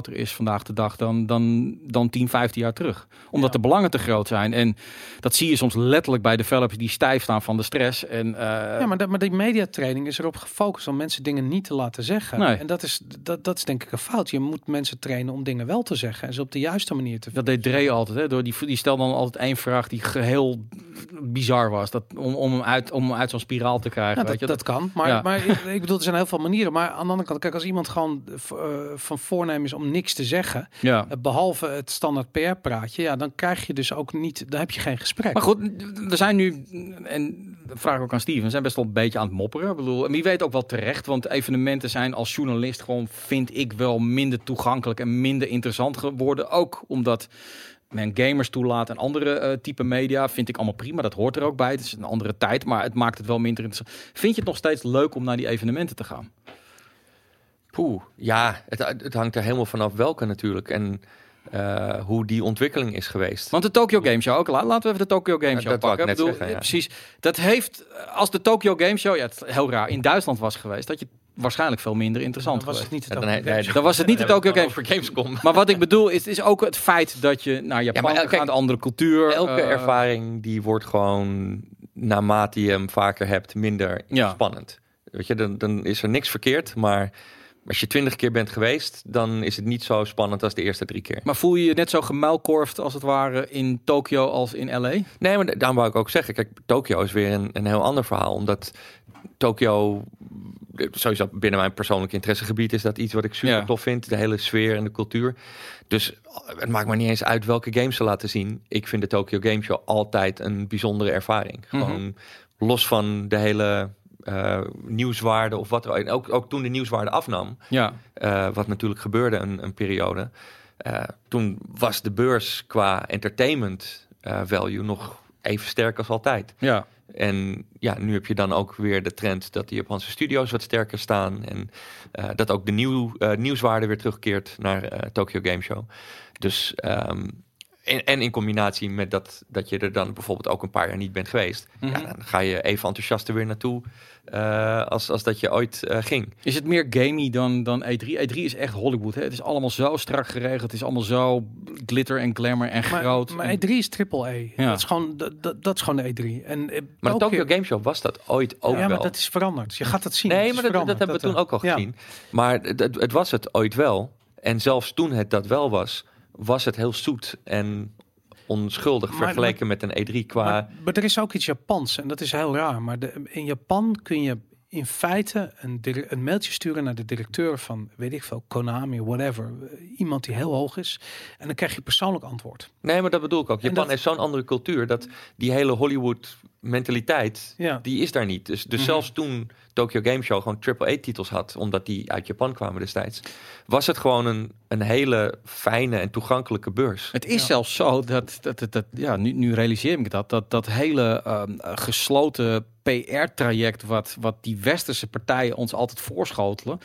vandaag de dag dan, dan, dan tien, vijftien jaar terug. Omdat Ja. de belangen te groot zijn. En dat zie je soms letterlijk bij developers die stijf staan van de stress. En, uh, Ja, maar, dat, maar die mediatraining is erop gefocust om mensen dingen niet te laten zeggen. Nee. En dat is, dat, dat is denk ik een fout. Je moet mensen trainen om dingen wel te zeggen en ze op de juiste manier te Dat deed Dre altijd. Hè? Door die, die stelde dan altijd één vraag die geheel bizar was. Dat, om, om hem uit, om hem uit zo'n spiraal te krijgen. Ja, weet dat, je? dat kan. Maar, Ja. maar ik, ik bedoel, er zijn heel veel manieren. Maar aan de andere kant, kijk, als iemand gewoon uh, van voornemen is om niks te zeggen, Ja. uh, behalve het standaard P R-praatje, ja, dan krijg je dus ook niet, dan heb je geen gesprek. Maar goed, we zijn nu, en dat vraag ik ook aan Steven, we zijn best wel een beetje aan het mopperen. Ik bedoel, en wie weet ook wel terecht, want evenementen zijn als journalist gewoon, vind ik, wel minder toegankelijk en minder interessant geworden. Ook omdat men gamers toelaat en andere uh, type media, vind ik allemaal prima. Dat hoort er ook bij. Het is een andere tijd, maar het maakt het wel minder interessant. Vind je het nog steeds leuk om naar die evenementen te gaan? Poeh, ja, het, het hangt er helemaal vanaf welke natuurlijk. En uh, hoe die ontwikkeling is geweest. Want de Tokyo Game Show, ook, laten we even de Tokyo Game Show dat wou pakken. ik net bedoel, zeggen, ja. Precies, dat heeft, als de Tokyo Game Show, ja, het is heel raar, in Duitsland was geweest, dat je waarschijnlijk veel minder interessant dan was geweest. het niet het Ja, dan, Tokyo nee, Game Dan was het niet de Tokyo Game Show. Over Gamescom. Maar wat ik bedoel is, is ook het feit dat je naar Japan Ja, maar, gaat, kijk, een andere cultuur. Elke uh, ervaring die wordt gewoon, naarmate je hem vaker hebt, minder Ja. spannend. Weet je, dan, dan is er niks verkeerd, maar als je twintig keer bent geweest, dan is het niet zo spannend als de eerste drie keer. Maar voel je je net zo gemuilkorfd als het ware in Tokyo als in L A? Nee, maar daarom wou ik ook zeggen, kijk, Tokyo is weer een, een heel ander verhaal, omdat Tokyo, sowieso binnen mijn persoonlijke interessegebied, is dat iets wat ik super Ja. tof vind, de hele sfeer en de cultuur. Dus het maakt me niet eens uit welke games ze laten zien. Ik vind de Tokyo Game Show altijd een bijzondere ervaring. Gewoon Mhm. los van de hele uh, nieuwswaarde of wat er ook. Ook, ook toen de nieuwswaarde afnam, Ja. uh, wat natuurlijk gebeurde een, een periode. Uh, toen was de beurs qua entertainment uh, value nog even sterk als altijd. Ja. En ja, nu heb je dan ook weer de trend dat de Japanse studio's wat sterker staan. En uh, dat ook de nieuw, uh, nieuwswaarde weer terugkeert naar uh, Tokyo Game Show. Dus um, en, en in combinatie met dat, dat je er dan bijvoorbeeld ook een paar jaar niet bent geweest. Mm-hmm. Ja, dan ga je even enthousiaster weer naartoe uh, als, als dat je ooit uh, ging. Is het meer gamey dan, dan E drie? E drie is echt Hollywood. Hè? Het is allemaal zo strak geregeld. Het is allemaal zo glitter en glamour en Maar, groot. maar en... E drie is triple E. Ja. Dat is gewoon dat, dat, dat is gewoon de E drie. En eh, Maar de Tokyo- Tokyo Game Show was dat ooit ook ja, wel. maar dat is veranderd. Je gaat dat zien. Het Nee, is maar dat, dat veranderd. hebben we toen eh, ook al ja. gezien. Maar het, het, het was het ooit wel. En zelfs toen het dat wel was, was het heel zoet en onschuldig Maar- vergeleken met een E drie qua... Maar, maar er is ook iets Japans en dat is heel raar. Maar de, in Japan kun je in feite een, dir- een mailtje sturen naar de directeur van, weet ik veel, Konami, whatever. Iemand die heel hoog is. En dan krijg je persoonlijk antwoord. Nee, maar dat bedoel ik ook. En Japan dat- heeft zo'n andere cultuur dat die hele Hollywood mentaliteit, Ja. die is daar niet. Dus, dus Mhm. zelfs toen Tokyo Game Show gewoon triple A titels had, omdat die uit Japan kwamen destijds, was het gewoon een, een hele fijne en toegankelijke beurs. Het is Ja. zelfs zo dat, dat, dat, dat ja, nu, nu realiseer ik dat, dat, dat hele um, gesloten P R-traject wat, wat die westerse partijen ons altijd voorschotelen,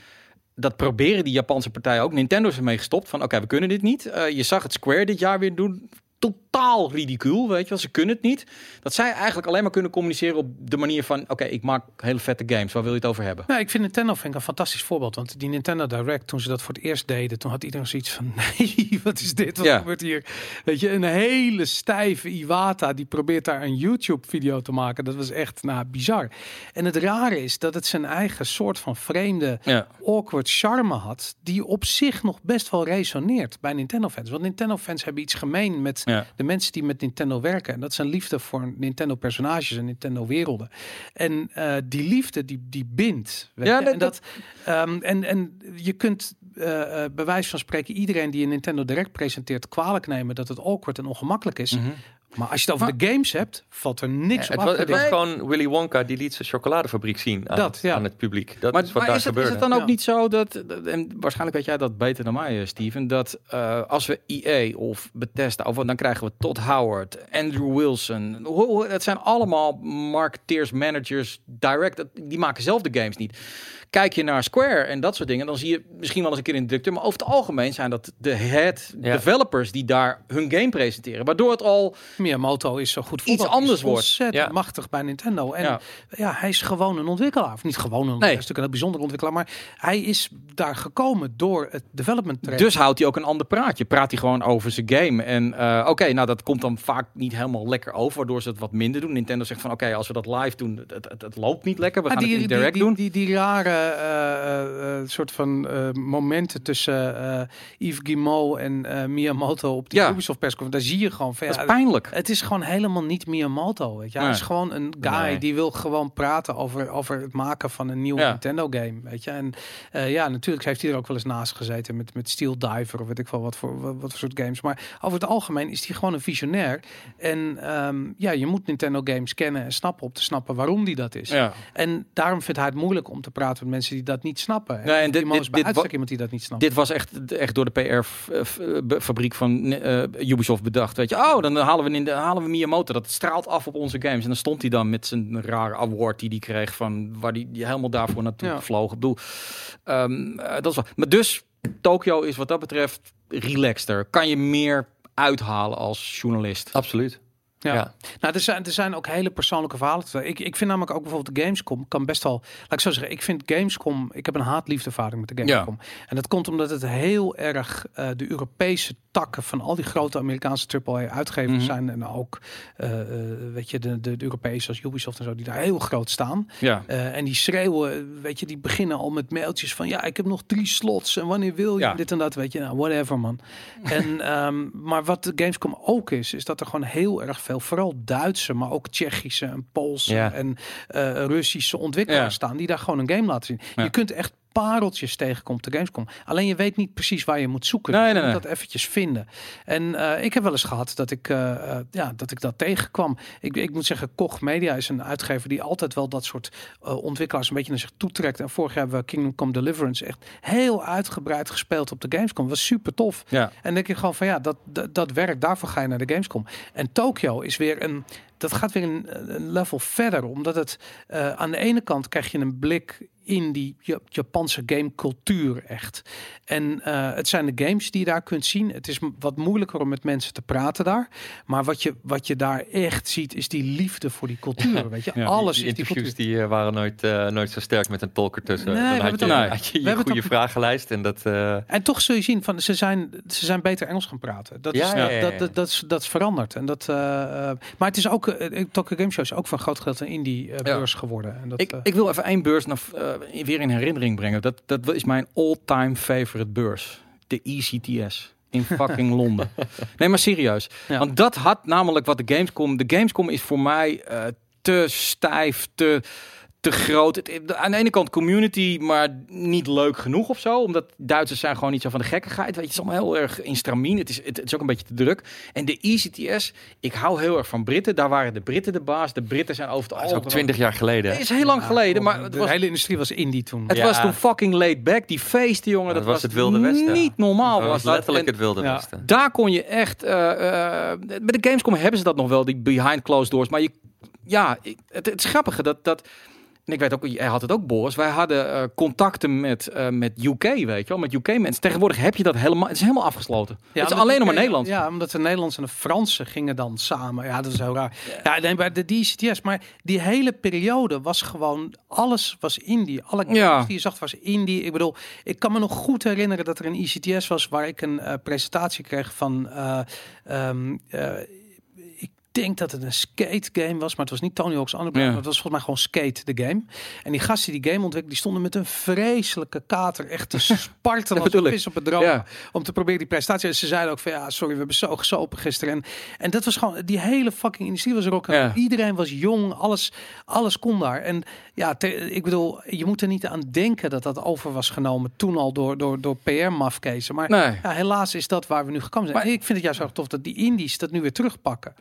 dat proberen die Japanse partijen ook. Nintendo is ermee gestopt van, oké, okay, we kunnen dit niet. Uh, je zag het Square dit jaar weer doen. Totaal ridicuul, weet je wel. Ze kunnen het niet. Dat zij eigenlijk alleen maar kunnen communiceren op de manier van, oké, okay, ik maak hele vette games. Waar wil je het over hebben? Nou, ik vind Nintendo vind ik een fantastisch voorbeeld. Want die Nintendo Direct, toen ze dat voor het eerst deden, toen had iedereen zoiets van, nee, wat is dit? Wat Ja. gebeurt hier? Weet je, een hele stijve Iwata, die probeert daar een YouTube-video te maken. Dat was echt, nou, bizar. En het rare is dat het zijn eigen soort van vreemde, Ja. awkward charme had, die op zich nog best wel resoneert bij Nintendo-fans. Want Nintendo-fans hebben iets gemeen met Ja. de mensen die met Nintendo werken. En dat zijn liefde voor Nintendo-personages en Nintendo-werelden. En uh, die liefde, die, die bindt. Weet Ja, je? dat- en, dat, um, en, en je kunt uh, uh, bij wijze van spreken iedereen die een Nintendo Direct presenteert kwalijk nemen dat het awkward en ongemakkelijk is. Mhm. Maar als je het over Maar- de games hebt, valt er niks Ja, op het, was, af te het was dingen. gewoon Willy Wonka die liet zijn chocoladefabriek zien aan, Dat, het, ja. aan het publiek. Dat Maar, is wat maar daar is, het, is gebeurde. het dan ook Ja. niet zo dat, dat- en waarschijnlijk weet jij dat beter dan mij, eh, Steven, dat uh, als we E A of Bethesda, of dan krijgen we Todd Howard, Andrew Wilson, hoe- hoe- het zijn allemaal marketeers, managers, direct, die maken zelf de games niet. kijk je naar Square en dat soort dingen, dan zie je misschien wel eens een keer in de directeur, maar over het algemeen zijn dat de head Ja. developers die daar hun game presenteren, waardoor het al Miyamoto is zo goed iets voorbeeld. anders is wordt. Ontzettend Ja. machtig bij Nintendo. En ja. Ja. hij is gewoon een ontwikkelaar. Of niet gewoon een ontwikkelaar, Nee. is natuurlijk een bijzonder ontwikkelaar, maar hij is daar gekomen door het development traject. Dus houdt hij ook een ander praatje. Praat hij gewoon over zijn game. En uh, oké, okay, nou dat komt dan vaak niet helemaal lekker over, waardoor ze het wat minder doen. Nintendo zegt van oké, okay, als we dat live doen, het, het, het loopt niet lekker. We gaan die, het in direct die, doen. Die, die, die rare uh, uh, soort van uh, momenten tussen uh, Yves Guillemot en uh, Miyamoto op die Ja. Ubisoft persconferentie, daar zie je gewoon van, Dat ja, is pijnlijk. Het is gewoon helemaal niet Miyamoto. Weet je? Hij Nee. is gewoon een guy Nee. die wil gewoon praten over, over het maken van een nieuw Ja. Nintendo game. Weet je? En uh, ja, natuurlijk heeft hij er ook wel eens naast gezeten met, met Steel Diver of weet ik wel wat voor, wat, wat voor soort games. Maar over het algemeen is hij gewoon een visionair. En um, ja, je moet Nintendo games kennen en snappen om te snappen waarom die dat is. Ja. En daarom vindt hij het moeilijk om te praten met mensen die dat niet snappen. Nee, en dit- Guillemot is dit- bij dit uitstek wa- iemand die dat niet snapt. Dit was echt, echt door de P R-fabriek van uh, Ubisoft bedacht. Weet je, oh, dan halen we, in de, halen we Miyamoto. Dat straalt af op onze games. En dan stond hij dan met zijn rare award die hij kreeg, van waar hij helemaal daarvoor naartoe Ja. vloog. Ik bedoel, um, uh, dat is wel. Maar dus, Tokyo is wat dat betreft relaxter. Kan je meer uithalen als journalist. Absoluut. Ja. Ja. Nou, er zijn, er zijn ook hele persoonlijke verhalen. Ik, ik vind namelijk ook bijvoorbeeld de Gamescom kan best wel... Laat ik zo zeggen, ik vind Gamescom... Ik heb een haat-liefdevaring met de Gamescom. Ja. En dat komt omdat het heel erg uh, de Europese takken van al die grote Amerikaanse triple A-uitgevers mm-hmm. zijn. En ook, uh, uh, weet je, de, de, de Europese als Ubisoft en zo, die daar heel groot staan. Ja. Uh, en die schreeuwen, weet je, die beginnen al met mailtjes van... Ja, ik heb nog drie slots en wanneer wil je ja. dit en dat, weet je. Nou, whatever, man. en, um, maar wat de Gamescom ook is, is dat er gewoon heel erg veel, vooral Duitse, maar ook Tsjechische en Poolse ja. en uh, Russische ontwikkelaars ja. staan die daar gewoon een game laten zien. Ja. Je kunt echt pareltjes tegenkomen op de Gamescom. Alleen je weet niet precies waar je moet zoeken. Nee, je nee, moet nee. dat eventjes vinden. En uh, ik heb wel eens gehad dat ik, uh, uh, ja, dat ik dat tegenkwam. Ik, ik moet zeggen, Koch Media is een uitgever die altijd wel dat soort uh, ontwikkelaars een beetje naar zich toetrekt. En vorig jaar hebben we Kingdom Come Deliverance echt heel uitgebreid gespeeld op de Gamescom. Dat was super tof. Ja. En dan denk ik gewoon van ja, dat, dat, dat werkt. Daarvoor ga je naar de Gamescom. En Tokyo is weer een... Dat gaat weer een, een level verder. Omdat het uh, aan de ene kant krijg je een blik in die Japanse gamecultuur echt. En uh, het zijn de games die je daar kunt zien. Het is wat moeilijker om met mensen te praten daar. Maar wat je, wat je daar echt ziet is die liefde voor die cultuur. Weet je, ja, alles die, die is die interviews die uh, waren nooit, uh, nooit zo sterk met een tolk ertussen. Nee, Dan had je, nee. had je je goede vragenlijst en dat. Uh... En toch zul je zien van ze zijn ze zijn beter Engels gaan praten. Dat ja, is ja, ja, ja. Dat, dat, dat is dat is veranderd. En dat. Uh, maar het is ook uh, Tokyo Game Show is ook van groot gedeelte een indie uh, beurs ja. geworden. En dat, ik, uh, ik wil even één beurs naar, uh, weer in herinnering brengen. Dat, dat is mijn all-time favorite beurs. De E C T S. In fucking Londen. Nee, maar serieus. Ja. Want dat had namelijk wat de Gamescom... De Gamescom is voor mij uh, te stijf, te... te groot. Het, aan de ene kant community, maar niet leuk genoeg of zo. Omdat Duitsers zijn gewoon niet zo van de gekkigheid. Weet je, het is allemaal heel erg in stramien. Het is, het, het is ook een beetje te druk. En de E C T S, ik hou heel erg van Britten. Daar waren de Britten de baas. De Britten zijn over het algemeen... Dat is ook twintig jaar geleden. Het is heel lang ja, geleden, maar... De Het was, hele industrie was indie toen. Het ja. was toen fucking laid back. Die feesten, jongen. Ja, dat, dat was was het Wilde Westen. Niet normaal. Dat was was letterlijk dat. het Wilde ja. Westen. Daar kon je echt... Uh, uh, bij de Gamescom hebben ze dat nog wel, die behind closed doors. Maar je, ja, het, het is grappige dat... dat En ik weet ook, hij had het ook, Boris. Wij hadden uh, contacten met, uh, met U K, weet je wel. Met U K mensen. Tegenwoordig heb je dat helemaal... Het is helemaal afgesloten. Ja, het is alleen nog maar Nederlands. Ja, omdat de Nederlandse en de Fransen gingen dan samen. Ja, dat is heel raar. Ja, nee, bij de D C T S. Maar die hele periode was gewoon... Alles was indie. Alle games ja. die je zag was indie. Ik bedoel, ik kan me nog goed herinneren dat er een E C T S was... waar ik een uh, presentatie kreeg van... Uh, um, uh, Ik denk dat het een skate game was, maar het was niet Tony Hawk's Underground. Ja. Het was volgens mij gewoon Skate, de game. En die gasten die game ontwikkelen, die stonden met een vreselijke kater echt te spartelen als een vis op het droom. Ja. Om te proberen die prestatie. En ze zeiden ook van ja, sorry, we hebben zo gesopen gisteren. En, en dat was gewoon, die hele fucking industrie was er ook. Ja. Iedereen was jong, alles, alles kon daar. En ja, te, ik bedoel, je moet er niet aan denken dat dat over was genomen toen al door, door, door P R-mafkezen. Maar nee. ja, helaas is dat waar we nu gekomen zijn. Maar, en ik vind het juist zo tof dat die indies dat nu weer terugpakken. Nee,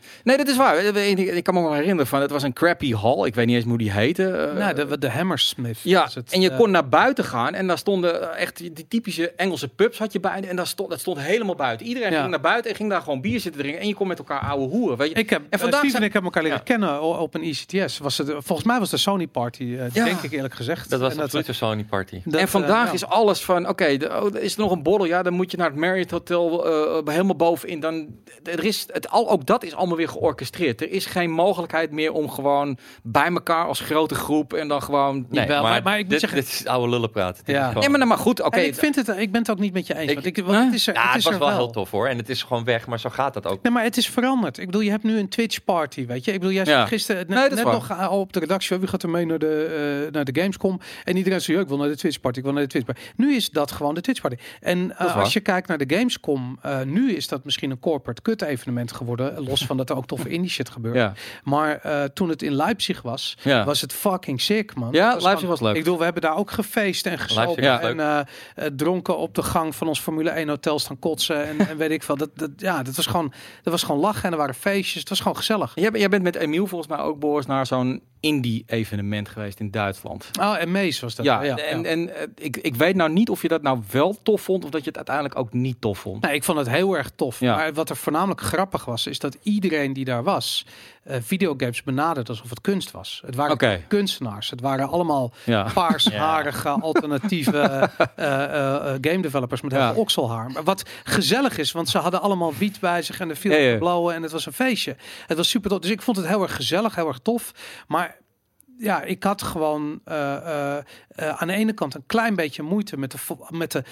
dat is waar. Ik, ik kan me wel herinneren van, het was een crappy hall. Ik weet niet eens hoe die heette. Uh, nou, de, de Hammersmith. Ja, was het, en je uh, kon naar buiten gaan en daar stonden echt die typische Engelse pubs had je bij. En daar stond, dat stond helemaal buiten. Iedereen ja. ging naar buiten en ging daar gewoon bier zitten drinken. En je kon met elkaar ouwe hoeren. Weet je? Ik heb, en vandaag Steve zijn... en ik hebben elkaar leren ja. kennen op een I C T S. Was het, volgens mij was de Sony Party, uh, ja. denk ik eerlijk gezegd. Dat was en absoluut een Sony Party. Dat, en vandaag uh, ja. is alles van, oké, okay, oh, is er nog een borrel? Ja, dan moet je naar het Marriott Hotel uh, helemaal bovenin. Dan, er is het, al, ook dat is allemaal weer georchestreerd. Er is geen mogelijkheid meer om gewoon bij elkaar als grote groep en dan gewoon... Nee, wel, maar, maar, maar ik moet dit, zeggen... dit is oude lullen praten. Ja. Nee, maar, maar goed, oké. Okay. Ik vind het, ik ben het ook niet met je eens. Ik, want ik, want het is er, ja, het, is het was er wel wel heel tof hoor. En het is gewoon weg, maar zo gaat dat ook. Nee, maar het is veranderd. Ik bedoel, je hebt nu een Twitch party, weet je. Ik bedoel, jij ja. gisteren nee, net, net nog al op de redactie, wie gaat er mee naar de, uh, naar de Gamescom? En iedereen zei, ik wil naar de Twitch party, ik wil naar de Twitch party. Nu is dat gewoon de Twitch party. En uh, als je kijkt naar de Gamescom, uh, nu is dat misschien een corporate cut evenement geworden, los van dat er ook toffe indie shit gebeurt. Ja. Maar uh, toen het in Leipzig was, ja. was het fucking sick, man. Ja, was Leipzig gewoon, was leuk. Ik bedoel, we hebben daar ook gefeest en gesopen ja. en uh, uh, dronken op de gang van ons Formule één hotel staan kotsen en, en weet ik veel. Dat, dat, ja, dat was gewoon, dat was gewoon lachen en er waren feestjes. Het was gewoon gezellig. Jij, jij bent met Emiel volgens mij ook, Boris, naar zo'n indie-evenement geweest in Duitsland. Oh, en Mees was dat. Ja, ja en, ja. en uh, ik, ik weet nou niet of je dat nou wel tof vond of dat je het uiteindelijk ook niet tof vond. Nee, ik vond het heel erg tof. Ja. Maar wat er voornamelijk grappig was, is dat iedereen die daar was, uh, videogames benaderd alsof het kunst was. Het waren okay. kunstenaars. Het waren allemaal ja. paarsharige, ja. alternatieve uh, uh, uh, game developers met heel veel ja. okselhaar. Maar wat gezellig is, want ze hadden allemaal wiet bij zich en de viel ja, ja. blowen en het was een feestje. Het was super tof. Dus ik vond het heel erg gezellig, heel erg tof. Maar ja, ik had gewoon uh, uh, uh, aan de ene kant een klein beetje moeite met de, met de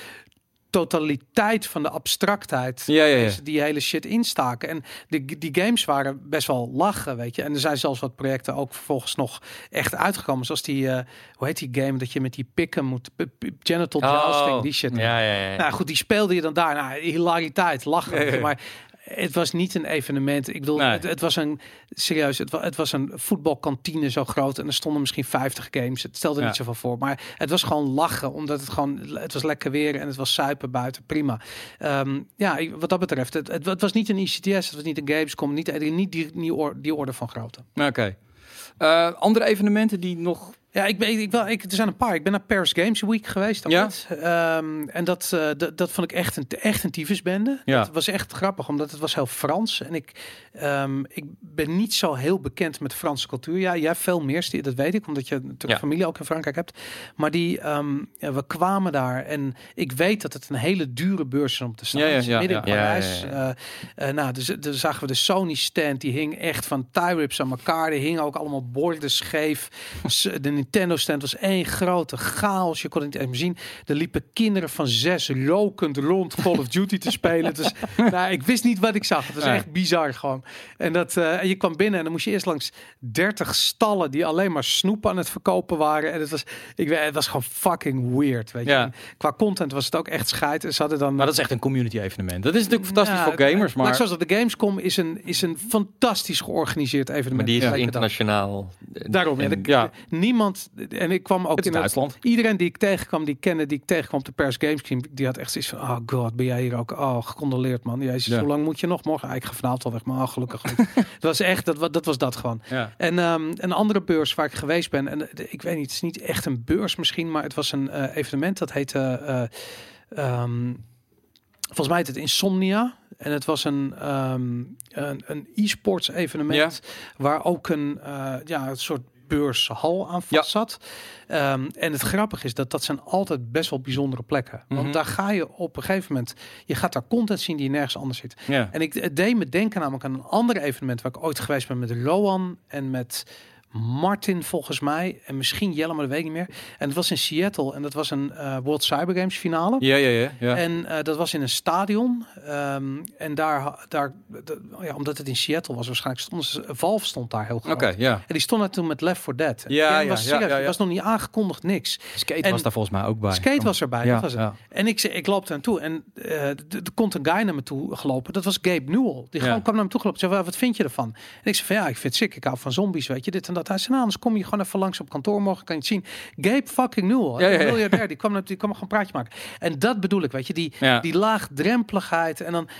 totaliteit van de abstractheid ja, ja, ja. die hele shit instaken. En de, die games waren best wel lachen, weet je. En er zijn zelfs wat projecten ook vervolgens nog echt uitgekomen. Zoals die, uh, hoe heet die game dat je met die pikken moet, genital jousting, oh, die shit. Ja, ja, ja. Nou goed, die speelde je dan daar. Nou, hilariteit, lachen. Ja, ja, ja. Maar het was niet een evenement. Ik bedoel, nee. het, het was een serieus. Het was, het was een voetbalkantine zo groot en er stonden misschien vijftig games. Het stelde ja. niet zoveel voor, maar het was gewoon lachen, omdat het gewoon, het was lekker weer en het was suipen buiten, prima. Um, ja, wat dat betreft, het, het, het was niet een I C T S, het was niet een Gamescom, niet, niet die, die, or, die orde van grootte. Oké. Okay. Uh, andere evenementen die nog. Ja, ik ben, ik, wel, ik, er zijn een paar. Ik ben naar Paris Games Week geweest. Ja. Um, en dat, uh, dat, dat vond ik echt een, echt een tyfusbende. Ja. Het was echt grappig, omdat het was heel Frans. En ik, um, ik ben niet zo heel bekend met de Franse cultuur. Ja, jij veel meer, dat weet ik, omdat je natuurlijk ja. familie ook in Frankrijk hebt. Maar die, um, ja, we kwamen daar en ik weet dat het een hele dure beurs is om te staan. Ja, ja, ja, midden in ja. Parijs. Ja, ja, ja. Uh, uh, nou, dus, dus zagen we de Sony stand. Die hing echt van tie-rips aan elkaar. Die hingen ook allemaal borden scheef. De Nintendo stand was één grote chaos. Je kon het niet even zien. Er liepen kinderen van zes rokend rond Call of Duty te spelen. Dus, nou, ik wist niet wat ik zag. Het was nee. echt bizar gewoon. En, dat, uh, en je kwam binnen en dan moest je eerst langs dertig stallen die alleen maar snoep aan het verkopen waren. En het was, ik weet, het was gewoon fucking weird. Weet je. Ja. Qua content was het ook echt scheid. Ze hadden dan. Maar dat is echt een community evenement. Dat is natuurlijk fantastisch ja, voor gamers. Maar zoals op de Gamescom is een, is een fantastisch georganiseerd evenement. Maar die is ja. internationaal. Daarom. En, ja, ja. Niemand. En ik kwam ook in Duitsland. Iedereen die ik tegenkwam, die kende, die ik tegenkwam op de Paris Games, die had echt zoiets van, oh god, ben jij hier ook? Oh, gecondoleerd man. Jezus, ja. Hoe lang moet je nog? Morgen? Ah, ik ga vanavond al weg, maar oh, gelukkig niet. Dat was echt, dat, dat was dat gewoon. Ja. En um, een andere beurs waar ik geweest ben, en ik weet niet, het is niet echt een beurs misschien, maar het was een uh, evenement dat heette, uh, um, volgens mij heet het Insomnia. En het was een, um, een, een e-sports evenement, ja. waar ook een, uh, ja, een soort beurshal aan vast zat. Ja. Um, en het grappige is dat dat zijn altijd best wel bijzondere plekken. Want mm-hmm. daar ga je op een gegeven moment, je gaat daar content zien die nergens anders zit. Ja. En ik het deed me denken namelijk aan een ander evenement waar ik ooit geweest ben met Rowan en met Martin volgens mij en misschien Jelle, maar dat weet ik niet meer. En het was in Seattle en dat was een uh, World Cyber Games finale. Ja, ja, ja. ja. En uh, dat was in een stadion. Um, en daar, daar de, ja, omdat het in Seattle was, waarschijnlijk stond Valve stond daar heel groot. Okay, ja. En die stond daar toen met Left four Dead. Ja, ja, was, ja, ja, ja. was nog niet aangekondigd, niks. Skate en was daar volgens mij ook bij. Skate was erbij. Ja, dat was het. Ja. En ik, ik loop daar naartoe en uh, er komt een guy naar me toe gelopen. Dat was Gabe Newell. Die ja. gewoon kwam naar me toe gelopen. Zei, wat vind je ervan? En ik zei van ja, ik vind het sick. Ik hou van zombies, weet je, dit en dat. Hij zei, nou, anders kom je gewoon even langs op kantoor morgen, kan je het zien. Gabe fucking Newell, ja, ja, ja. miljardair, die kwam, die kwam gewoon een praatje maken. En dat bedoel ik, weet je, die, ja. die laagdrempeligheid en dan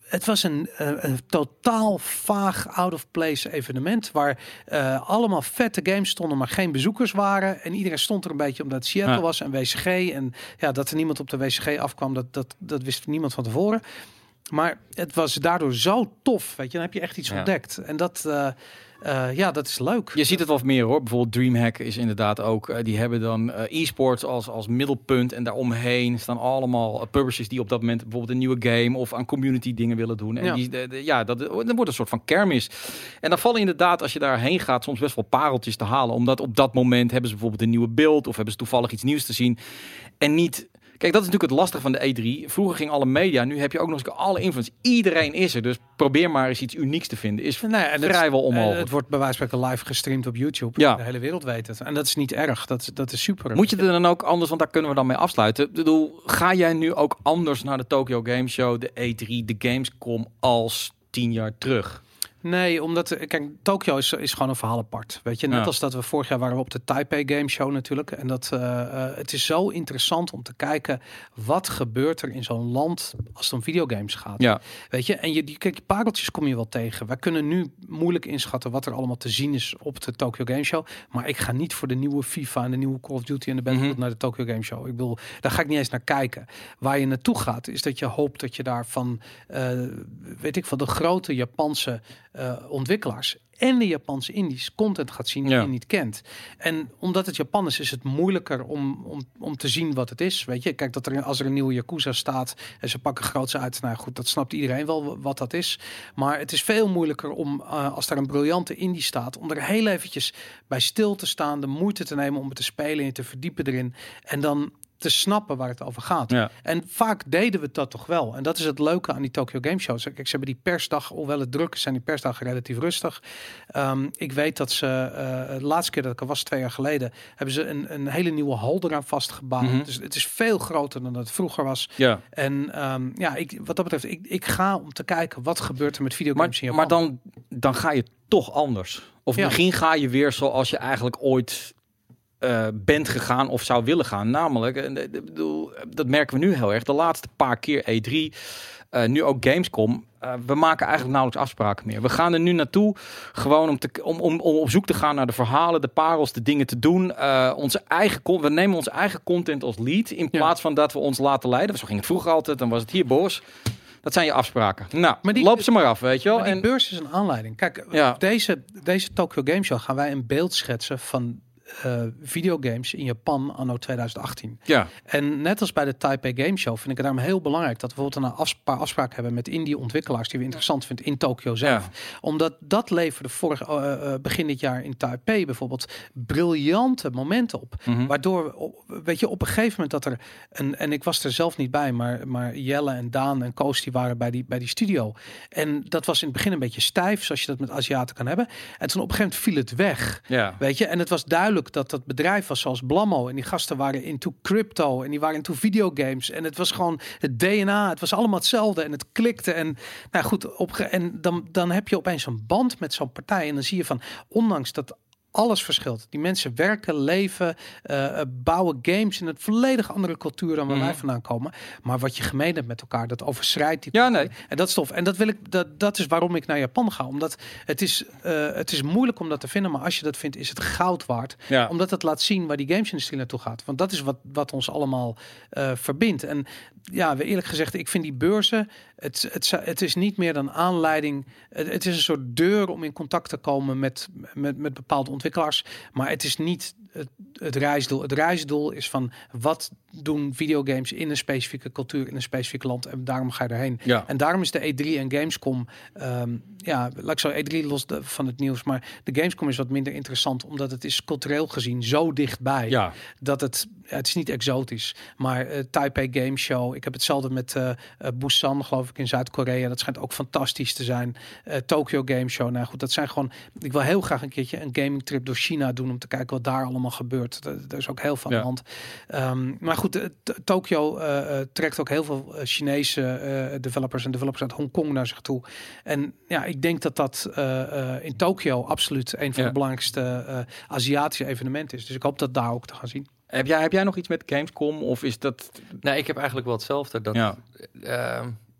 het was een, een, een totaal vaag out-of-place evenement waar uh, allemaal vette games stonden, maar geen bezoekers waren. En iedereen stond er een beetje omdat het Seattle ja. was en W C G. En ja, dat er niemand op de W C G afkwam, dat, dat, dat wist niemand van tevoren. Maar het was daardoor zo tof, weet je. Dan heb je echt iets ja. ontdekt. En dat... Uh, Uh, ja, dat is leuk. Je ziet het wel meer hoor. Bijvoorbeeld DreamHack is inderdaad ook. Uh, die hebben dan uh, e-sports als, als middelpunt. En daaromheen staan allemaal uh, publishers die op dat moment bijvoorbeeld een nieuwe game of aan community dingen willen doen. En ja, die, de, de, ja dat, dat wordt een soort van kermis. En dan vallen inderdaad, als je daarheen gaat, soms best wel pareltjes te halen. Omdat op dat moment hebben ze bijvoorbeeld een nieuwe beeld of hebben ze toevallig iets nieuws te zien. En niet... Kijk, dat is natuurlijk het lastige van de E drie. Vroeger ging alle media, nu heb je ook nog eens alle influence. Iedereen is er, dus probeer maar eens iets unieks te vinden. Is nee, en vrijwel het, onmogelijk. Het wordt bij wijze van spreken live gestreamd op YouTube. Ja. De hele wereld weet het. En dat is niet erg, dat, dat is super. Moet je er dan ook anders, want daar kunnen we dan mee afsluiten. Ik bedoel, ga jij nu ook anders naar de Tokyo Game Show, de E drie, de Gamescom als tien jaar terug? Nee, omdat, kijk, Tokyo is, is gewoon een verhaal apart. Weet je, net ja. als dat we vorig jaar waren we op de Taipei Game Show natuurlijk. En dat uh, uh, het is zo interessant om te kijken wat gebeurt er in zo'n land als het om videogames gaat. Ja. Weet je, en je, die, kijk, pareltjes kom je wel tegen. Wij kunnen nu moeilijk inschatten wat er allemaal te zien is op de Tokyo Game Show. Maar ik ga niet voor de nieuwe FIFA en de nieuwe Call of Duty en de Battlefield mm-hmm. naar de Tokyo Game Show. Ik bedoel, daar ga ik niet eens naar kijken. Waar je naartoe gaat, is dat je hoopt dat je daar van, uh, weet ik, van de grote Japanse Uh, ontwikkelaars en de Japanse indies content gaat zien die ja. je niet kent. En omdat het Japan is, is het moeilijker om, om, om te zien wat het is. Weet je, kijk, dat er als er een nieuwe Yakuza staat en ze pakken groots uit, nou goed, dat snapt iedereen wel wat dat is. Maar het is veel moeilijker om, uh, als daar een briljante indie staat, om er heel eventjes bij stil te staan, de moeite te nemen om het te spelen en te verdiepen erin. En dan te snappen waar het over gaat. Ja. En vaak deden we dat toch wel. En dat is het leuke aan die Tokyo Game Show. Kijk, ze hebben die persdag, hoewel het druk is, zijn die persdagen relatief rustig. Um, ik weet dat ze, uh, de laatste keer dat ik er was, twee jaar geleden, hebben ze een, een hele nieuwe hal eraan vastgebouwd. Mm-hmm. Dus het is veel groter dan dat het vroeger was. Ja. En um, ja, ik, wat dat betreft, ik, ik ga om te kijken wat gebeurt er met videogames in Japan. Maar dan, dan ga je toch anders. Of ja. misschien ga je weer zoals je eigenlijk ooit Uh, bent gegaan of zou willen gaan. Namelijk, uh, de, de, de, dat merken we nu heel erg. De laatste paar keer E drie, uh, nu ook Gamescom. Uh, we maken eigenlijk nauwelijks afspraken meer. We gaan er nu naartoe gewoon om, te, om, om, om op zoek te gaan naar de verhalen, de parels, de dingen te doen. Uh, onze eigen, we nemen onze eigen content als lead in ja. plaats van dat we ons laten leiden. Zo ging het vroeger altijd. Dan was het hier, Boos. Dat zijn je afspraken. Nou, maar die, loop ze maar af, weet je wel. Maar die en beurs is een aanleiding. Kijk, ja. deze, deze Tokyo Game Show gaan wij een beeld schetsen van Uh, videogames in Japan anno twintig achttien. Ja. En net als bij de Taipei Game Show vind ik het daarom heel belangrijk dat we bijvoorbeeld een afsp- paar afspraken hebben met indie ontwikkelaars die we interessant vinden in Tokyo zelf. Ja. Omdat dat leverde vorig uh, uh, begin dit jaar in Taipei bijvoorbeeld briljante momenten op. Mm-hmm. Waardoor, weet je, op een gegeven moment dat er een, en ik was er zelf niet bij, maar, maar Jelle en Daan en Koos die waren bij die, bij die studio. En dat was in het begin een beetje stijf, zoals je dat met Aziaten kan hebben. En toen op een gegeven moment viel het weg. Ja. Weet je, en het was duidelijk dat dat bedrijf was zoals Blammo en die gasten waren into crypto en die waren into videogames en het was gewoon het D N A, het was allemaal hetzelfde en het klikte en nou goed, op en dan, dan heb je opeens een band met zo'n partij en dan zie je van, ondanks dat alles verschilt. Die mensen werken, leven, uh, bouwen games in een volledig andere cultuur dan waar mm. wij vandaan komen. Maar wat je gemeen hebt met elkaar, dat overschrijdt die ja, nee. En dat is tof. En dat wil ik, dat, dat is waarom ik naar Japan ga. Omdat het is, uh, het is moeilijk om dat te vinden, maar als je dat vindt, is het goud waard. Ja. Omdat het laat zien waar die gamesindustrie naartoe gaat. Want dat is wat, wat ons allemaal uh, verbindt. En ja, eerlijk gezegd, ik vind die beurzen, het, het, het is niet meer dan aanleiding. Het, het is een soort deur om in contact te komen met, met, met bepaalde ontwikkelaars. Maar het is niet het, het reisdoel. Het reisdoel is van wat doen videogames in een specifieke cultuur, in een specifiek land. En daarom ga je erheen. Ja. En daarom is de E drie en Gamescom, um, ja, laat ik zo E drie los de, van het nieuws. Maar de Gamescom is wat minder interessant, omdat het is cultureel gezien zo dichtbij. Ja. Dat het, ja, het is niet exotisch. Maar uh, Taipei Game Show, ik heb hetzelfde met uh, uh, Busan, geloof ik, in Zuid-Korea. Dat schijnt ook fantastisch te zijn. Uh, Tokyo Game Show, nou goed, dat zijn gewoon, ik wil heel graag een keertje een gaming trip door China doen om te kijken wat daar allemaal gebeurt. Er is ook heel veel aan de hand. Um, maar goed, uh, Tokyo uh, uh, trekt ook heel veel uh, Chinese uh, developers en developers uit Hongkong naar zich toe. En ja, ik denk dat dat uh, uh, in Tokyo absoluut een van ja. de belangrijkste uh, Aziatische evenementen is. Dus ik hoop dat daar ook te gaan zien. Heb jij, heb jij nog iets met Gamescom of is dat? Nee, ik heb eigenlijk wel hetzelfde. Dat, ja. Uh,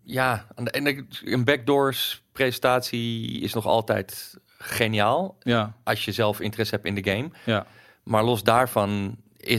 ja, en een backdoors presentatie is nog altijd geniaal. Ja. Als je zelf interesse hebt in de game. Ja. Maar los daarvan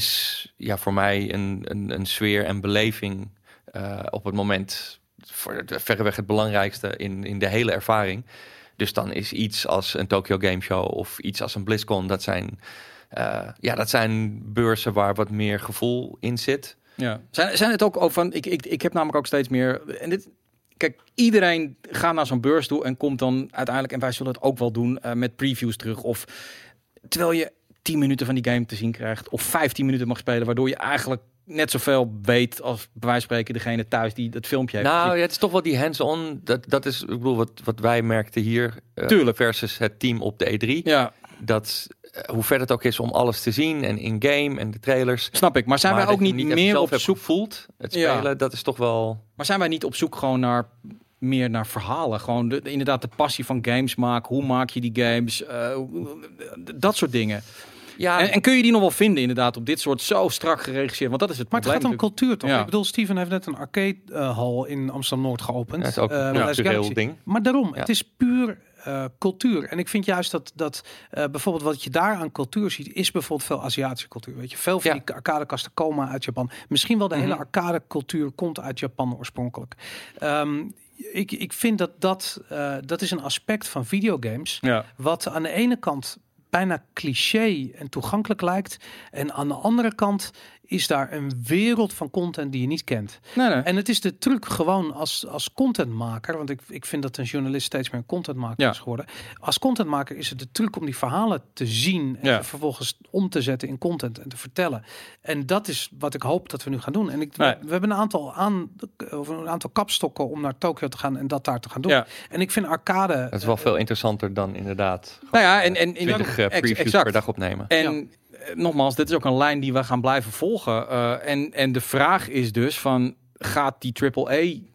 is ja, voor mij een, een, een sfeer en beleving uh, op het moment voor de, verreweg het belangrijkste in, in de hele ervaring. Dus dan is iets als een Tokyo Game Show of iets als een BlizzCon, dat zijn, uh, ja, dat zijn beurzen waar wat meer gevoel in zit. Ja. Zijn, zijn het ook over van, ik, ik, ik heb namelijk ook steeds meer, en dit, kijk, iedereen gaat naar zo'n beurs toe en komt dan uiteindelijk, en wij zullen het ook wel doen, uh, met previews terug. Of terwijl je tien minuten van die game te zien krijgt, of vijftien minuten mag spelen, waardoor je eigenlijk net zoveel weet als bij wijze van spreken degene thuis die dat filmpje heeft. Nou, ja, het is toch wel die hands-on. Dat, dat is, ik bedoel, wat, wat wij merkten hier. Uh, Tuurlijk. Versus het team op de E drie. Ja. Dat, uh, hoe ver het ook is om alles te zien en in-game en de trailers. Snap ik. Maar zijn maar wij ook niet, niet meer op zoek? Voelt het spelen, Ja. dat is toch wel. Maar zijn wij niet op zoek gewoon naar meer naar verhalen? Gewoon de, de, inderdaad de passie van games maken. Hoe maak je die games? Uh, dat soort dingen. Ja, En, en kun je die nog wel vinden inderdaad op dit soort zo strak geregisseerd? Want dat is het Maar het probleem. gaat om cultuur toch? Ja. Ik bedoel, Steven heeft net een arcade-hal uh, in Amsterdam-Noord geopend. dat is ook Uh, een Rise cultureel Galaxy. ding. Maar daarom, Ja. het is puur uh, cultuur. En ik vind juist dat, dat uh, bijvoorbeeld wat je daar aan cultuur ziet, is bijvoorbeeld veel Aziatische cultuur. Weet je, veel van Ja. die arcadekasten komen uit Japan. Misschien wel de Mm-hmm. hele arcadecultuur komt uit Japan oorspronkelijk. Um, ik, ik vind dat dat, uh, dat is een aspect van videogames, Ja. wat aan de ene kant bijna cliché en toegankelijk lijkt. En aan de andere kant is daar een wereld van content die je niet kent. Nee, nee. En het is de truc gewoon als, als contentmaker, want ik, ik vind dat een journalist steeds meer een contentmaker Ja. is geworden. Als contentmaker is het de truc om die verhalen te zien en Ja. te vervolgens om te zetten in content en te vertellen. En dat is wat ik hoop dat we nu gaan doen. En ik, Nee. we hebben een aantal, aan, of een aantal kapstokken om naar Tokio te gaan en dat daar te gaan doen. Ja. En ik vind arcade... Dat is wel veel interessanter dan inderdaad Nou ja, en, en, twintig uh, ex- previews exact. per dag opnemen. En uh, nogmaals, dit is ook een lijn die we gaan blijven volgen. Uh, en, en de vraag is dus van, gaat die triple A uh,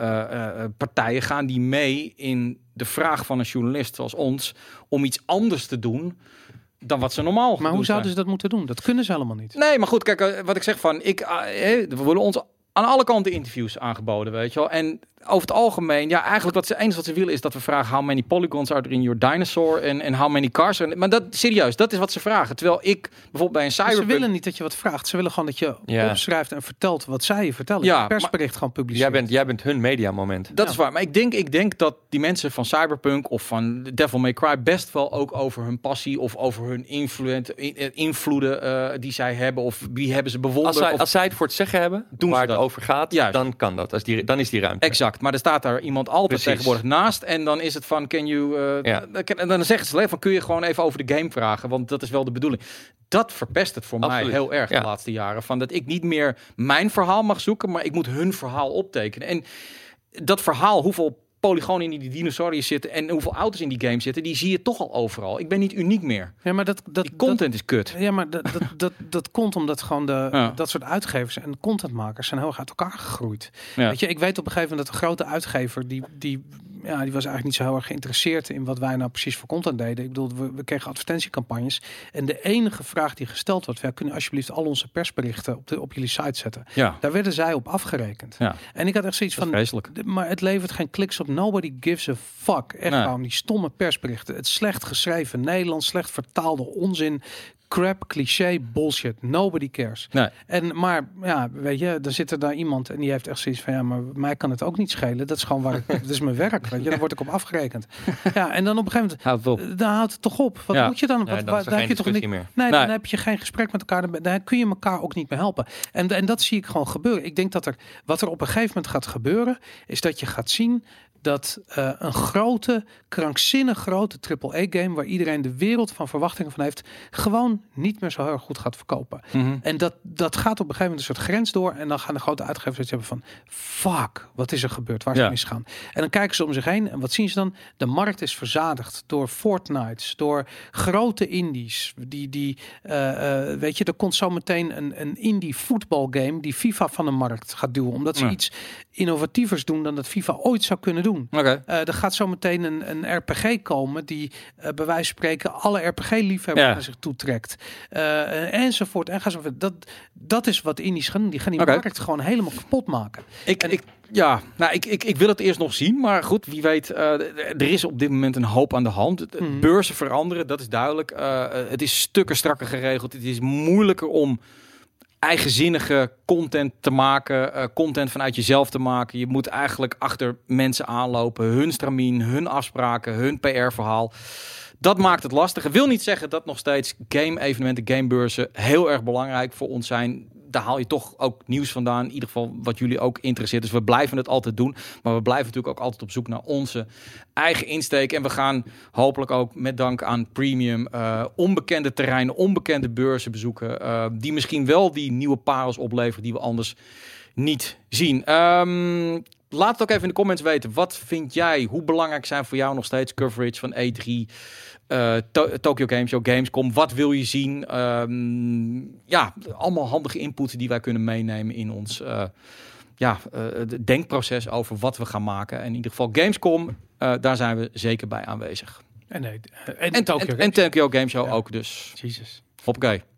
uh, partijen, gaan die mee in de vraag van een journalist zoals ons om iets anders te doen dan wat ze normaal Maar hoe zouden ze dat moeten doen? Dat kunnen ze helemaal niet. Nee, maar goed, kijk, uh, wat ik zeg van, ik, uh, we worden ons aan alle kanten interviews aangeboden, weet je wel. En over het algemeen, ja, eigenlijk wat ze eens wat ze willen is dat we vragen how many polygons are there in your dinosaur en en how many cars are. Maar dat serieus, dat is wat ze vragen. Terwijl ik bijvoorbeeld bij een Dus Cyberpunk, ze willen niet dat je wat vraagt. Ze willen gewoon dat je Ja. opschrijft en vertelt wat zij je vertellen. Ja, Ja, persbericht gewoon Jij publiceren. bent, jij bent hun mediamoment. dat Ja. is waar. Maar ik denk, ik denk dat die mensen van Cyberpunk of van Devil May Cry best wel ook over hun passie of over hun invloed, invloeden uh, die zij hebben of wie hebben ze bewonderd. Als zij, of, als zij het voor het zeggen hebben, Doen waar ze het dat. over gaat, Juist. dan kan dat. Als die, dan is die ruimte. Exact, maar er staat daar iemand altijd Precies. tegenwoordig naast en dan is het van, can you, uh, Ja. en dan zeggen ze alleen van, kun je gewoon even over de game vragen, want dat is wel de bedoeling. Dat verpest het voor Absoluut. mij heel erg Ja. de laatste jaren, van dat ik niet meer mijn verhaal mag zoeken, maar ik moet hun verhaal optekenen. En dat verhaal, hoeveel polygonen in die dinosauriërs zitten en hoeveel auto's in die game zitten, die zie je toch al overal. Ik ben niet uniek meer. Ja, maar dat, dat, Die content is kut. dat, ja, maar dat, dat, dat, dat komt omdat gewoon de, Ja. dat soort uitgevers en contentmakers zijn heel erg uit elkaar gegroeid. Ja. Weet je, ik weet op een gegeven moment dat de grote uitgever, die, die, ja, die was eigenlijk niet zo heel erg geïnteresseerd in wat wij nou precies voor content deden. Ik bedoel, we, we kregen advertentiecampagnes en de enige vraag die gesteld werd, wij kunnen alsjeblieft al onze persberichten op, de, op jullie site zetten. Ja. Daar werden zij op afgerekend. Ja. En ik had echt zoiets Dat is van, vreselijk. de- maar het levert geen kliks op. Nobody gives a fuck. Echt Nee. gewoon die stomme persberichten. Het slecht geschreven Nederlands, slecht vertaalde onzin, crap, cliché, bullshit. Nobody cares. Nee. En maar ja, weet je, dan zit er daar iemand en die heeft echt zoiets van ja, maar mij kan het ook niet schelen. Dat is gewoon waar ik, dat is mijn werk. Weet je, daar word ik op afgerekend. Ja, en dan op een gegeven Houd het op. moment, dan houdt het toch op. Wat Ja. moet je dan? Wat, Nee, dan waar- is er daar geen heb je toch niet. discussie Nee, meer. dan Nee. heb je geen gesprek met elkaar. Dan, dan kun je elkaar ook niet meer helpen. En, en dat zie ik gewoon gebeuren. Ik denk dat er wat er op een gegeven moment gaat gebeuren, is dat je gaat zien dat uh, een grote, krankzinnig grote triple A game, waar iedereen de wereld van verwachtingen van heeft, gewoon niet meer zo heel erg goed gaat verkopen. Mhm. En dat, dat gaat op een gegeven moment een soort grens door. En dan gaan de grote uitgevers iets hebben van, fuck, wat is er gebeurd? Waar is Ja. het misgaan? En dan kijken ze om zich heen. En wat zien ze dan? De markt is verzadigd door Fortnites, door grote indies. Die, die uh, uh, weet je, er komt zo meteen een, een indie voetbalgame die FIFA van de markt gaat duwen. Omdat ze Ja. iets innovatievers doen dan dat FIFA ooit zou kunnen doen. doen. Oké. Uh, er gaat zo meteen een, een R P G komen die uh, bij wijze van spreken alle R P G-liefhebbers Ja. naar zich toe trekt. Uh, enzovoort. En ga zo verder. Dat, dat is wat indies gaan doen. Die gaan die Okay. markt gewoon helemaal kapot maken. Ik, en, ik, ja, nou, ik, ik, ik wil het eerst nog zien. Maar goed, wie weet. Uh, er is op dit moment een hoop aan de hand. Mm. Beurzen veranderen, dat is duidelijk. Uh, het is stukken strakker geregeld. Het is moeilijker om eigenzinnige content te maken, uh, content vanuit jezelf te maken. Je moet eigenlijk achter mensen aanlopen, hun stramien, hun afspraken, hun P R-verhaal. Dat maakt het lastig. Ik wil niet zeggen dat nog steeds game-evenementen, gamebeurzen heel erg belangrijk voor ons zijn. Daar haal je toch ook nieuws vandaan. In ieder geval wat jullie ook interesseert. Dus we blijven het altijd doen. Maar we blijven natuurlijk ook altijd op zoek naar onze eigen insteek. En we gaan hopelijk ook met dank aan Premium uh, onbekende terreinen, onbekende beurzen bezoeken. Uh, die misschien wel die nieuwe parels opleveren die we anders niet zien. Um, laat het ook even in de comments weten. Wat vind jij? Hoe belangrijk zijn voor jou nog steeds coverage van E drie? Uh, to- Tokyo Game Show, Gamescom. Wat wil je zien? Um, ja, allemaal handige input die wij kunnen meenemen in ons uh, ja, uh, denkproces over wat we gaan maken. En in ieder geval Gamescom, uh, daar zijn we zeker bij aanwezig. En, nee, en, en, Tokyo, en, en Tokyo Game Show ja. ook dus. Jezus. Hoppakee.